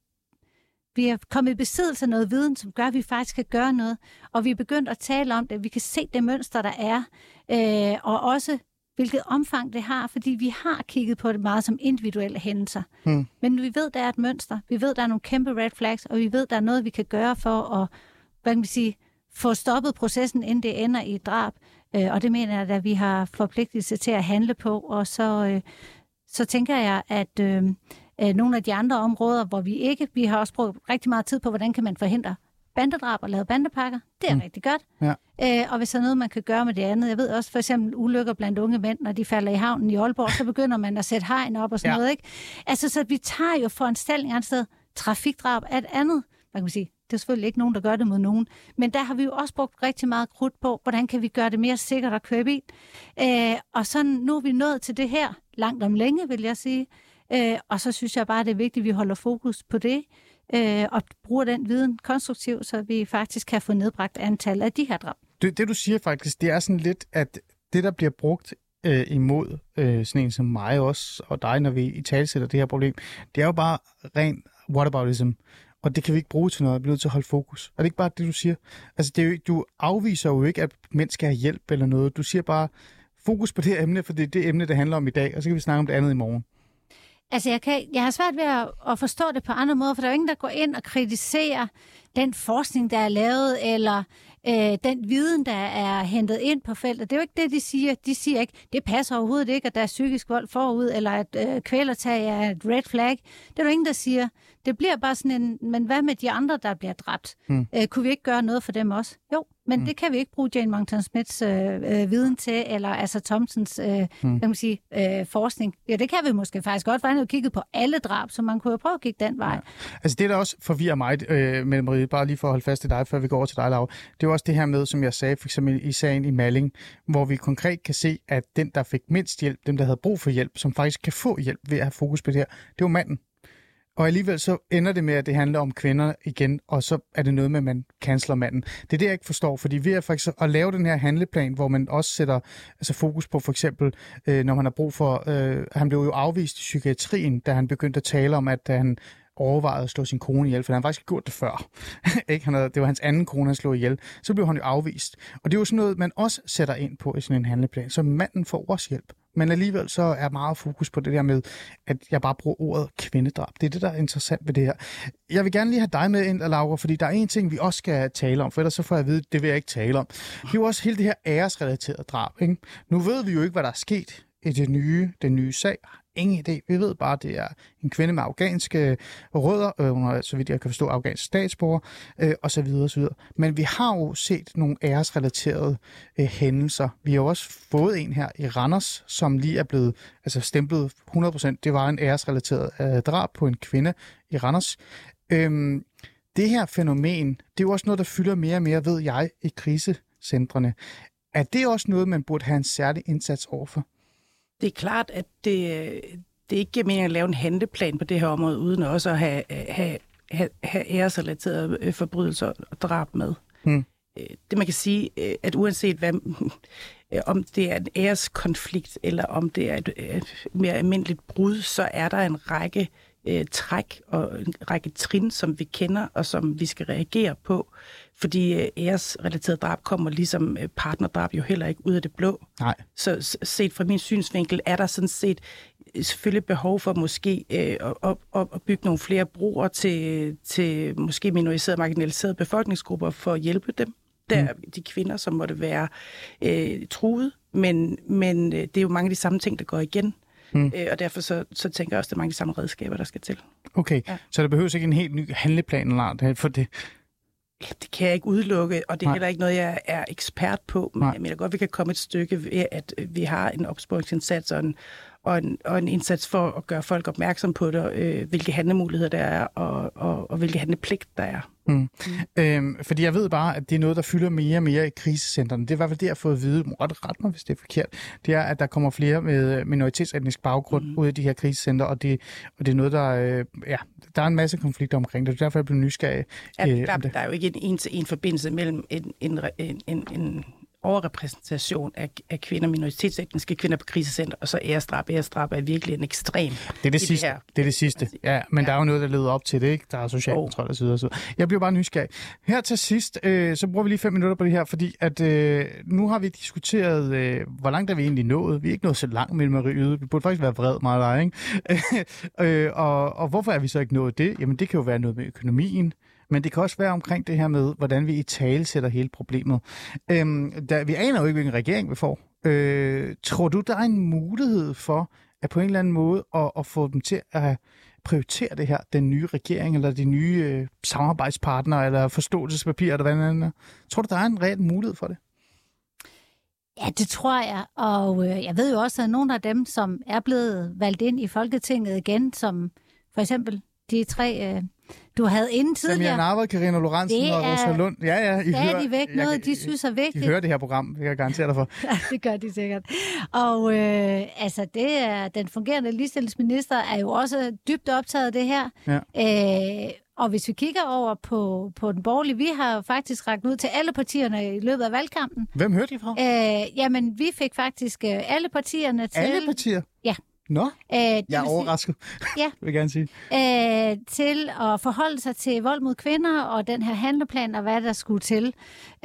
kommet i besiddelse af noget viden, som gør, at vi faktisk kan gøre noget. Og vi er begyndt at tale om det. Vi kan se det mønster, der er. Og også hvilket omfang det har, fordi vi har kigget på det meget som individuelle hændelser. Men vi ved, der er et mønster. Vi ved, der er nogle kæmpe red flags, og vi ved, der er noget, vi kan gøre for at få stoppet processen, inden det ender i et drab. Og det mener jeg, at vi har forpligtelse til at handle på. Og så tænker jeg, at nogle af de andre områder, hvor vi har også brugt rigtig meget tid på, hvordan kan man forhindre bandedrab og lave bandepakker. Det er rigtig godt. Ja. Og hvis der er noget, man kan gøre med det andet. Jeg ved også for eksempel ulykker blandt unge mænd, når de falder i havnen i Aalborg, så begynder man at sætte hegn op og sådan noget. Ikke? Altså, så vi tager jo foranstaltninger et sted. Trafikdrab er et andet. Man kan sige, det er selvfølgelig ikke nogen, der gør det mod nogen. Men der har vi jo også brugt rigtig meget krudt på, hvordan kan vi gøre det mere sikkert at køre bil. Og så nu er vi nået til det her, langt om længe, vil jeg sige. Og så synes jeg bare, at det er vigtigt, at vi holder fokus på det, og bruger den viden konstruktivt, så vi faktisk kan få nedbragt antallet af de her drab. Det du siger faktisk, det er sådan lidt, at det, der bliver brugt imod sådan en som mig også, og dig, når vi italesætter det her problem, det er jo bare ren whataboutism. Og det kan vi ikke bruge til noget. Vi bliver nødt til at holde fokus. Og det er ikke bare det, du siger. Altså, du afviser jo ikke, at mænd skal have hjælp eller noget. Du siger bare fokus på det emne, for det er det emne, det handler om i dag, og så kan vi snakke om det andet i morgen. Altså, jeg har svært ved at forstå det på andre måder, for der er jo ingen, der går ind og kritiserer den forskning, der er lavet, eller den viden, der er hentet ind på feltet. Det er jo ikke det, de siger. De siger ikke, det passer overhovedet ikke, at der er psykisk vold forud, eller at kvælertag er et red flag. Det er jo ingen, der siger. Det bliver bare sådan en, men hvad med de andre, der bliver dræbt? Kunne vi ikke gøre noget for dem også? Jo, Men det kan vi ikke bruge Jane Monckton-Smiths viden til, eller altså Thomsens forskning. Ja, det kan vi måske faktisk godt, for han har jo kigget på alle drab, så man kunne jo prøve at kigge den vej. Ja. Altså det, der også forvirrer mig, Mette Marie, bare lige for at holde fast i dig, før vi går over til dig, Laura, det er jo også det her med, som jeg sagde, for eksempel i sagen i Malling, hvor vi konkret kan se, at den, der fik mindst hjælp, dem, der havde brug for hjælp, som faktisk kan få hjælp ved at have fokus på det her, det var manden. Og alligevel så ender det med, at det handler om kvinder igen, og så er det noget med, at man canceler manden. Det er det, jeg ikke forstår, fordi ved at faktisk at lave den her handleplan, hvor man også sætter fokus på for eksempel, når man har brug for... han blev jo afvist i psykiatrien, da han begyndte at tale om, at han overvejede at slå sin kone ihjel, for han har faktisk gjort det før. Ikke? Det var hans anden kone, han slog ihjel. Så blev han jo afvist. Og det er jo sådan noget, man også sætter ind på i sådan en handleplan, så manden får også hjælp. Men alligevel så er meget fokus på det der med, at jeg bare bruger ordet kvindedrab. Det er det, der er interessant ved det her. Jeg vil gerne lige have dig med ind, Laura, fordi der er en ting, vi også skal tale om, for ellers så får jeg at vide, det vil jeg ikke tale om. Det er jo også hele det her æresrelaterede drab. Ikke? Nu ved vi jo ikke, hvad der er sket i den nye sag. Ingen idé. Vi ved bare, at det er en kvinde med afghanske rødder, hun er, så vidt jeg kan forstå, afghansk statsborger, og så videre, og så videre. Men vi har jo set nogle æresrelaterede hændelser. Vi har jo også fået en her i Randers, som lige er blevet stemplet 100%. Det var en æresrelateret drab på en kvinde i Randers. Det her fænomen, det er jo også noget, der fylder mere og mere, ved jeg, i krisecentrene. Er det også noget, man burde have en særlig indsats overfor? Det er klart, at det ikke giver mening at lave en handleplan på det her område, uden også at have æresrelaterede forbrydelser og drab med. Det man kan sige, at uanset hvad, om det er en æreskonflikt, eller om det er et mere almindeligt brud, så er der en række træk og en række trin, som vi kender, og som vi skal reagere på. Fordi æresrelateret drab kommer ligesom partnerdrab jo heller ikke ud af det blå. Nej. Så set fra min synsvinkel er der sådan set selvfølgelig behov for måske at bygge nogle flere broer til måske minoriserede, marginaliserede befolkningsgrupper for at hjælpe dem. Der de kvinder, som måtte være truet, men det er jo mange af de samme ting, der går igen. Og derfor så tænker jeg også, at det er mange af de samme redskaber, der skal til. Okay, ja. Så der behøves ikke en helt ny handleplan eller for det? Ja, det kan jeg ikke udelukke, og det er heller ikke noget, jeg er ekspert på. Men jeg mener godt, vi kan komme et stykke ved, at vi har en opsporingsindsats og en indsats for at gøre folk opmærksom på det, hvilke handlemuligheder der er, og hvilke handlepligt der er. Fordi jeg ved bare, at det er noget, der fylder mere og mere i krisecentrene. Det er i hvert fald det, jeg har fået at vide, ret mig, hvis det er forkert. Det er, at der kommer flere med minoritetsetnisk baggrund ud af de her krisecentre, og det er noget, der er en masse konflikter omkring det. Derfor er jeg blevet nysgerrig. Der er jo ikke en en-til-en forbindelse mellem en overrepræsentation af kvinder, minoritetsetniske kvinder på krisecenter, og så æresdrab. Æresdrab er virkelig en ekstrem. Det er det sidste. Det er det sidste. Ja, men der er jo noget, der leder op til det, ikke? Der er social kontrol og så videre. Jeg bliver bare nysgerrig. Her til sidst, så bruger vi lige 5 minutter på det her, fordi at nu har vi diskuteret, hvor langt er vi egentlig nået. Vi er ikke nået så langt med Marie Yde. Vi burde faktisk være vred meget der, ikke? Og hvorfor er vi så ikke nået det? Jamen, det kan jo være noget med økonomien. Men det kan også være omkring det her med, hvordan vi i tale sætter hele problemet. Vi aner jo ikke, hvilken regering vi får. Tror du, der er en mulighed for, at på en eller anden måde, at få dem til at prioritere det her, den nye regering, eller de nye samarbejdspartnere, eller forståelsespapirer, eller hvad andet? Tror du, der er en reel mulighed for det? Ja, det tror jeg. Og jeg ved jo også, at nogle af dem, som er blevet valgt ind i Folketinget igen, som for eksempel de 3... du havde inden tidligere. Samia Nawa, Karina Lorentzen og Rosa Lund. Ja, I hører, de væk noget, de synes er vigtigt. De hører det her program, det kan jeg garantere dig for. Ja, det gør de sikkert. Og det er, den fungerende ligestillingsminister er jo også dybt optaget af det her. Ja. Og hvis vi kigger over på den borgerlige, vi har faktisk rakt ud til alle partierne i løbet af valgkampen. Hvem hørte I fra? Jamen, vi fik faktisk alle partierne til... Alle partier? Ja. Nå, jeg er overrasket, ja, vil jeg gerne sige. Til at forholde sig til vold mod kvinder og den her handleplan og hvad der skulle til.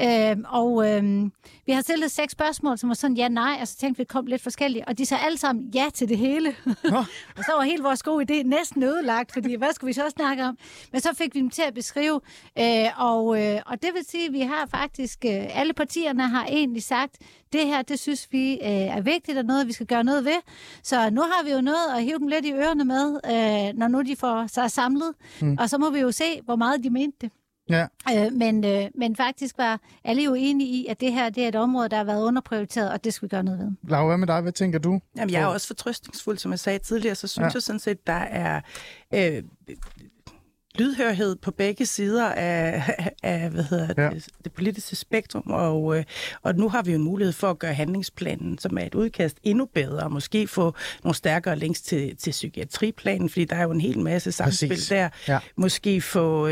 Vi har stillet 6 spørgsmål, som var sådan ja-nej, og så tænkte vi, kom lidt forskellige, og de sagde alle sammen ja til det hele. Og så var hele vores gode idé næsten ødelagt, fordi hvad skulle vi så snakke om? Men så fik vi dem til at beskrive, og det vil sige, at vi har faktisk, alle partierne har egentlig sagt, det her, det synes vi er vigtigt, og noget, vi skal gøre noget ved. Så nu har vi jo noget at hive dem lidt i ørerne med, når nu de får sig samlet. Og så må vi jo se, hvor meget de mente det. Ja. Men faktisk var alle jo enige i, at det her det er et område, der har været underprioriteret, og det skal vi gøre noget ved. Laura, hvad med dig? Hvad tænker du? Jamen, jeg er også fortrøstningsfuld, som jeg sagde tidligere, så synes jeg sådan set, der er lydhørhed på begge sider af det politiske spektrum, og nu har vi jo en mulighed for at gøre handlingsplanen, som er et udkast, endnu bedre, og måske få nogle stærkere links til psykiatriplanen, fordi der er jo en hel masse samspil der. Ja. Måske få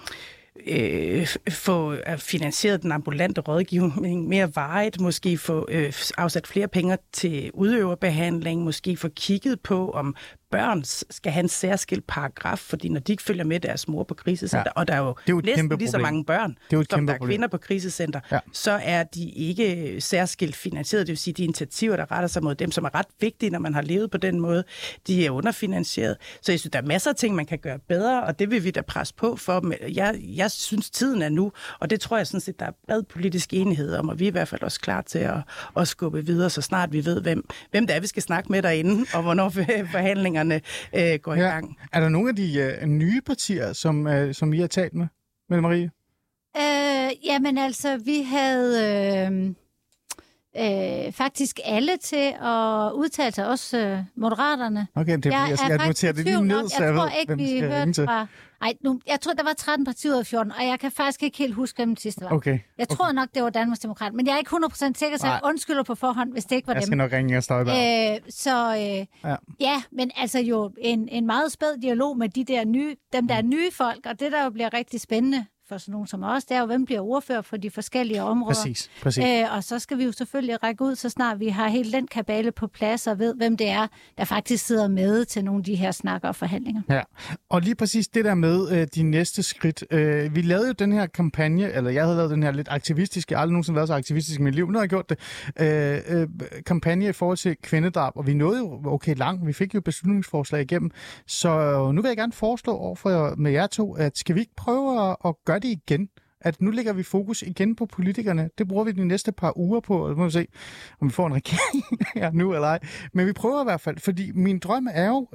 finansieret den ambulante rådgivning mere varigt, måske få afsat flere penge til udøverbehandling, måske få kigget på, om børn skal have en særskilt paragraf, fordi når de ikke følger med deres mor på krisecenter, og der er jo næsten lige så mange børn, som der er kvinder på krisecenter, så er de ikke særskilt finansieret. Det vil sige, de initiativer, der retter sig mod dem, som er ret vigtige, når man har levet på den måde, de er underfinansieret. Så jeg synes, der er masser af ting, man kan gøre bedre, og det vil vi da presse på for. Jeg synes, tiden er nu, og det tror jeg sådan set, der er bred politisk enighed om, og vi er i hvert fald også klar til at skubbe videre, så snart vi ved, hvem det er, vi skal snakke med derinde, og hvornår forhandlinger går i gang. Er der nogle af de nye partier, som I har talt med, Mette Marie? Jamen altså, vi havde faktisk alle til at udtale sig, også Moderaterne. Okay, jeg noterer det lige ned, så jeg tror ikke, vi hørte fra... jeg tror, der var 13 partier ud af 14, og jeg kan faktisk ikke helt huske, hvem det sidste var. Okay. Jeg tror nok, det var Danmarksdemokrat, men jeg er ikke 100% sikker, så jeg undskylder på forhånd, hvis det ikke var dem. Jeg skal nok ringe og Støjberg. Ja, men altså jo en meget spæd dialog med dem der er nye folk, og det der jo bliver rigtig spændende for sådan nogen som os, det er jo, hvem bliver ordfører for de forskellige områder. Præcis. Og så skal vi jo selvfølgelig række ud, så snart vi har helt den kabale på plads, og ved, hvem det er, der faktisk sidder med til nogle af de her snakker og forhandlinger. Ja, og lige præcis det der med de næste skridt. Vi lavede jo den her kampagne, eller jeg havde lavet den her lidt aktivistiske, jeg har aldrig nogensinde været så aktivistisk i mit liv, nu har jeg gjort det, kampagne i forhold til kvindedrab, og vi nåede jo okay langt, vi fik jo beslutningsforslag igennem, så nu vil jeg gerne foreslå overfor med jer to, at skal vi ikke prøve at gøre det igen? At nu lægger vi fokus igen på politikerne. Det bruger vi de næste par uger på, og så må vi se, om vi får en regering nu eller ej. Men vi prøver i hvert fald, fordi min drøm er jo,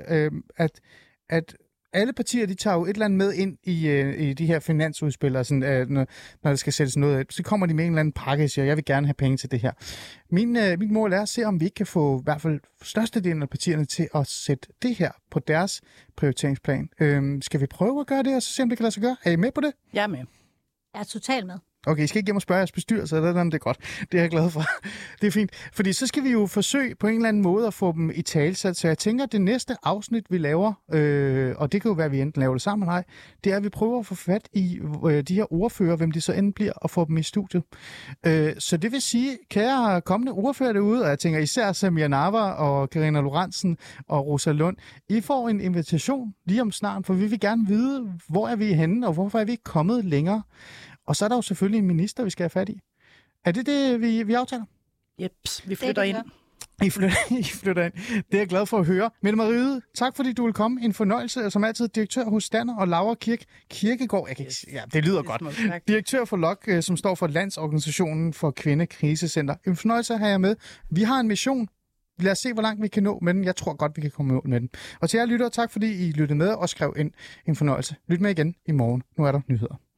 at alle partier, de tager jo et eller andet med ind i de her finansudspil, og sådan, når der skal sættes noget af, så kommer de med en eller anden pakke og siger, jeg vil gerne have penge til det her. Mit mål er at se, om vi ikke kan få i hvert fald størstedelen af partierne til at sætte det her på deres prioriteringsplan. Skal vi prøve at gøre det, og så se, om det kan lade sig gøre? Er I med på det? Jeg er med. Jeg er totalt med. Okay, I skal ikke hjem og spørge jeres bestyrelse, eller det er godt. Det er jeg glad for. Det er fint. Fordi så skal vi jo forsøge på en eller anden måde at få dem i talsat. Så jeg tænker, at det næste afsnit, vi laver, og det kan jo være, at vi enten laver det sammen eller ej, det er, at vi prøver at få fat i de her ordfører, hvem de så end bliver, og få dem i studiet. Så det vil sige, kære kommende ordfører derude, og jeg tænker især Samia Nawa og Karina Lorentzen og Rosa Lund, I får en invitation lige om snart, for vi vil gerne vide, hvor er vi henne, og hvorfor er vi ikke kommet længere. Og så er der jo selvfølgelig en minister, vi skal have fat i. Er det det, vi aftaler? Jeps, vi flytter ind. I flytter ind. Det er jeg glad for at høre. Mette Marie, tak fordi du vil komme. En fornøjelse, som altid direktør hos Danner og Laura Kirkegaard. Det lyder godt. Direktør for LOK, som står for Landsorganisationen for Kvindekrisecenter. En fornøjelse at have jer med. Vi har en mission. Lad os se, hvor langt vi kan nå med den. Jeg tror godt, vi kan komme med den. Og til jer lyttere, tak fordi I lyttede med og skrev ind. En fornøjelse. Lyt med igen i morgen. Nu er der nyheder.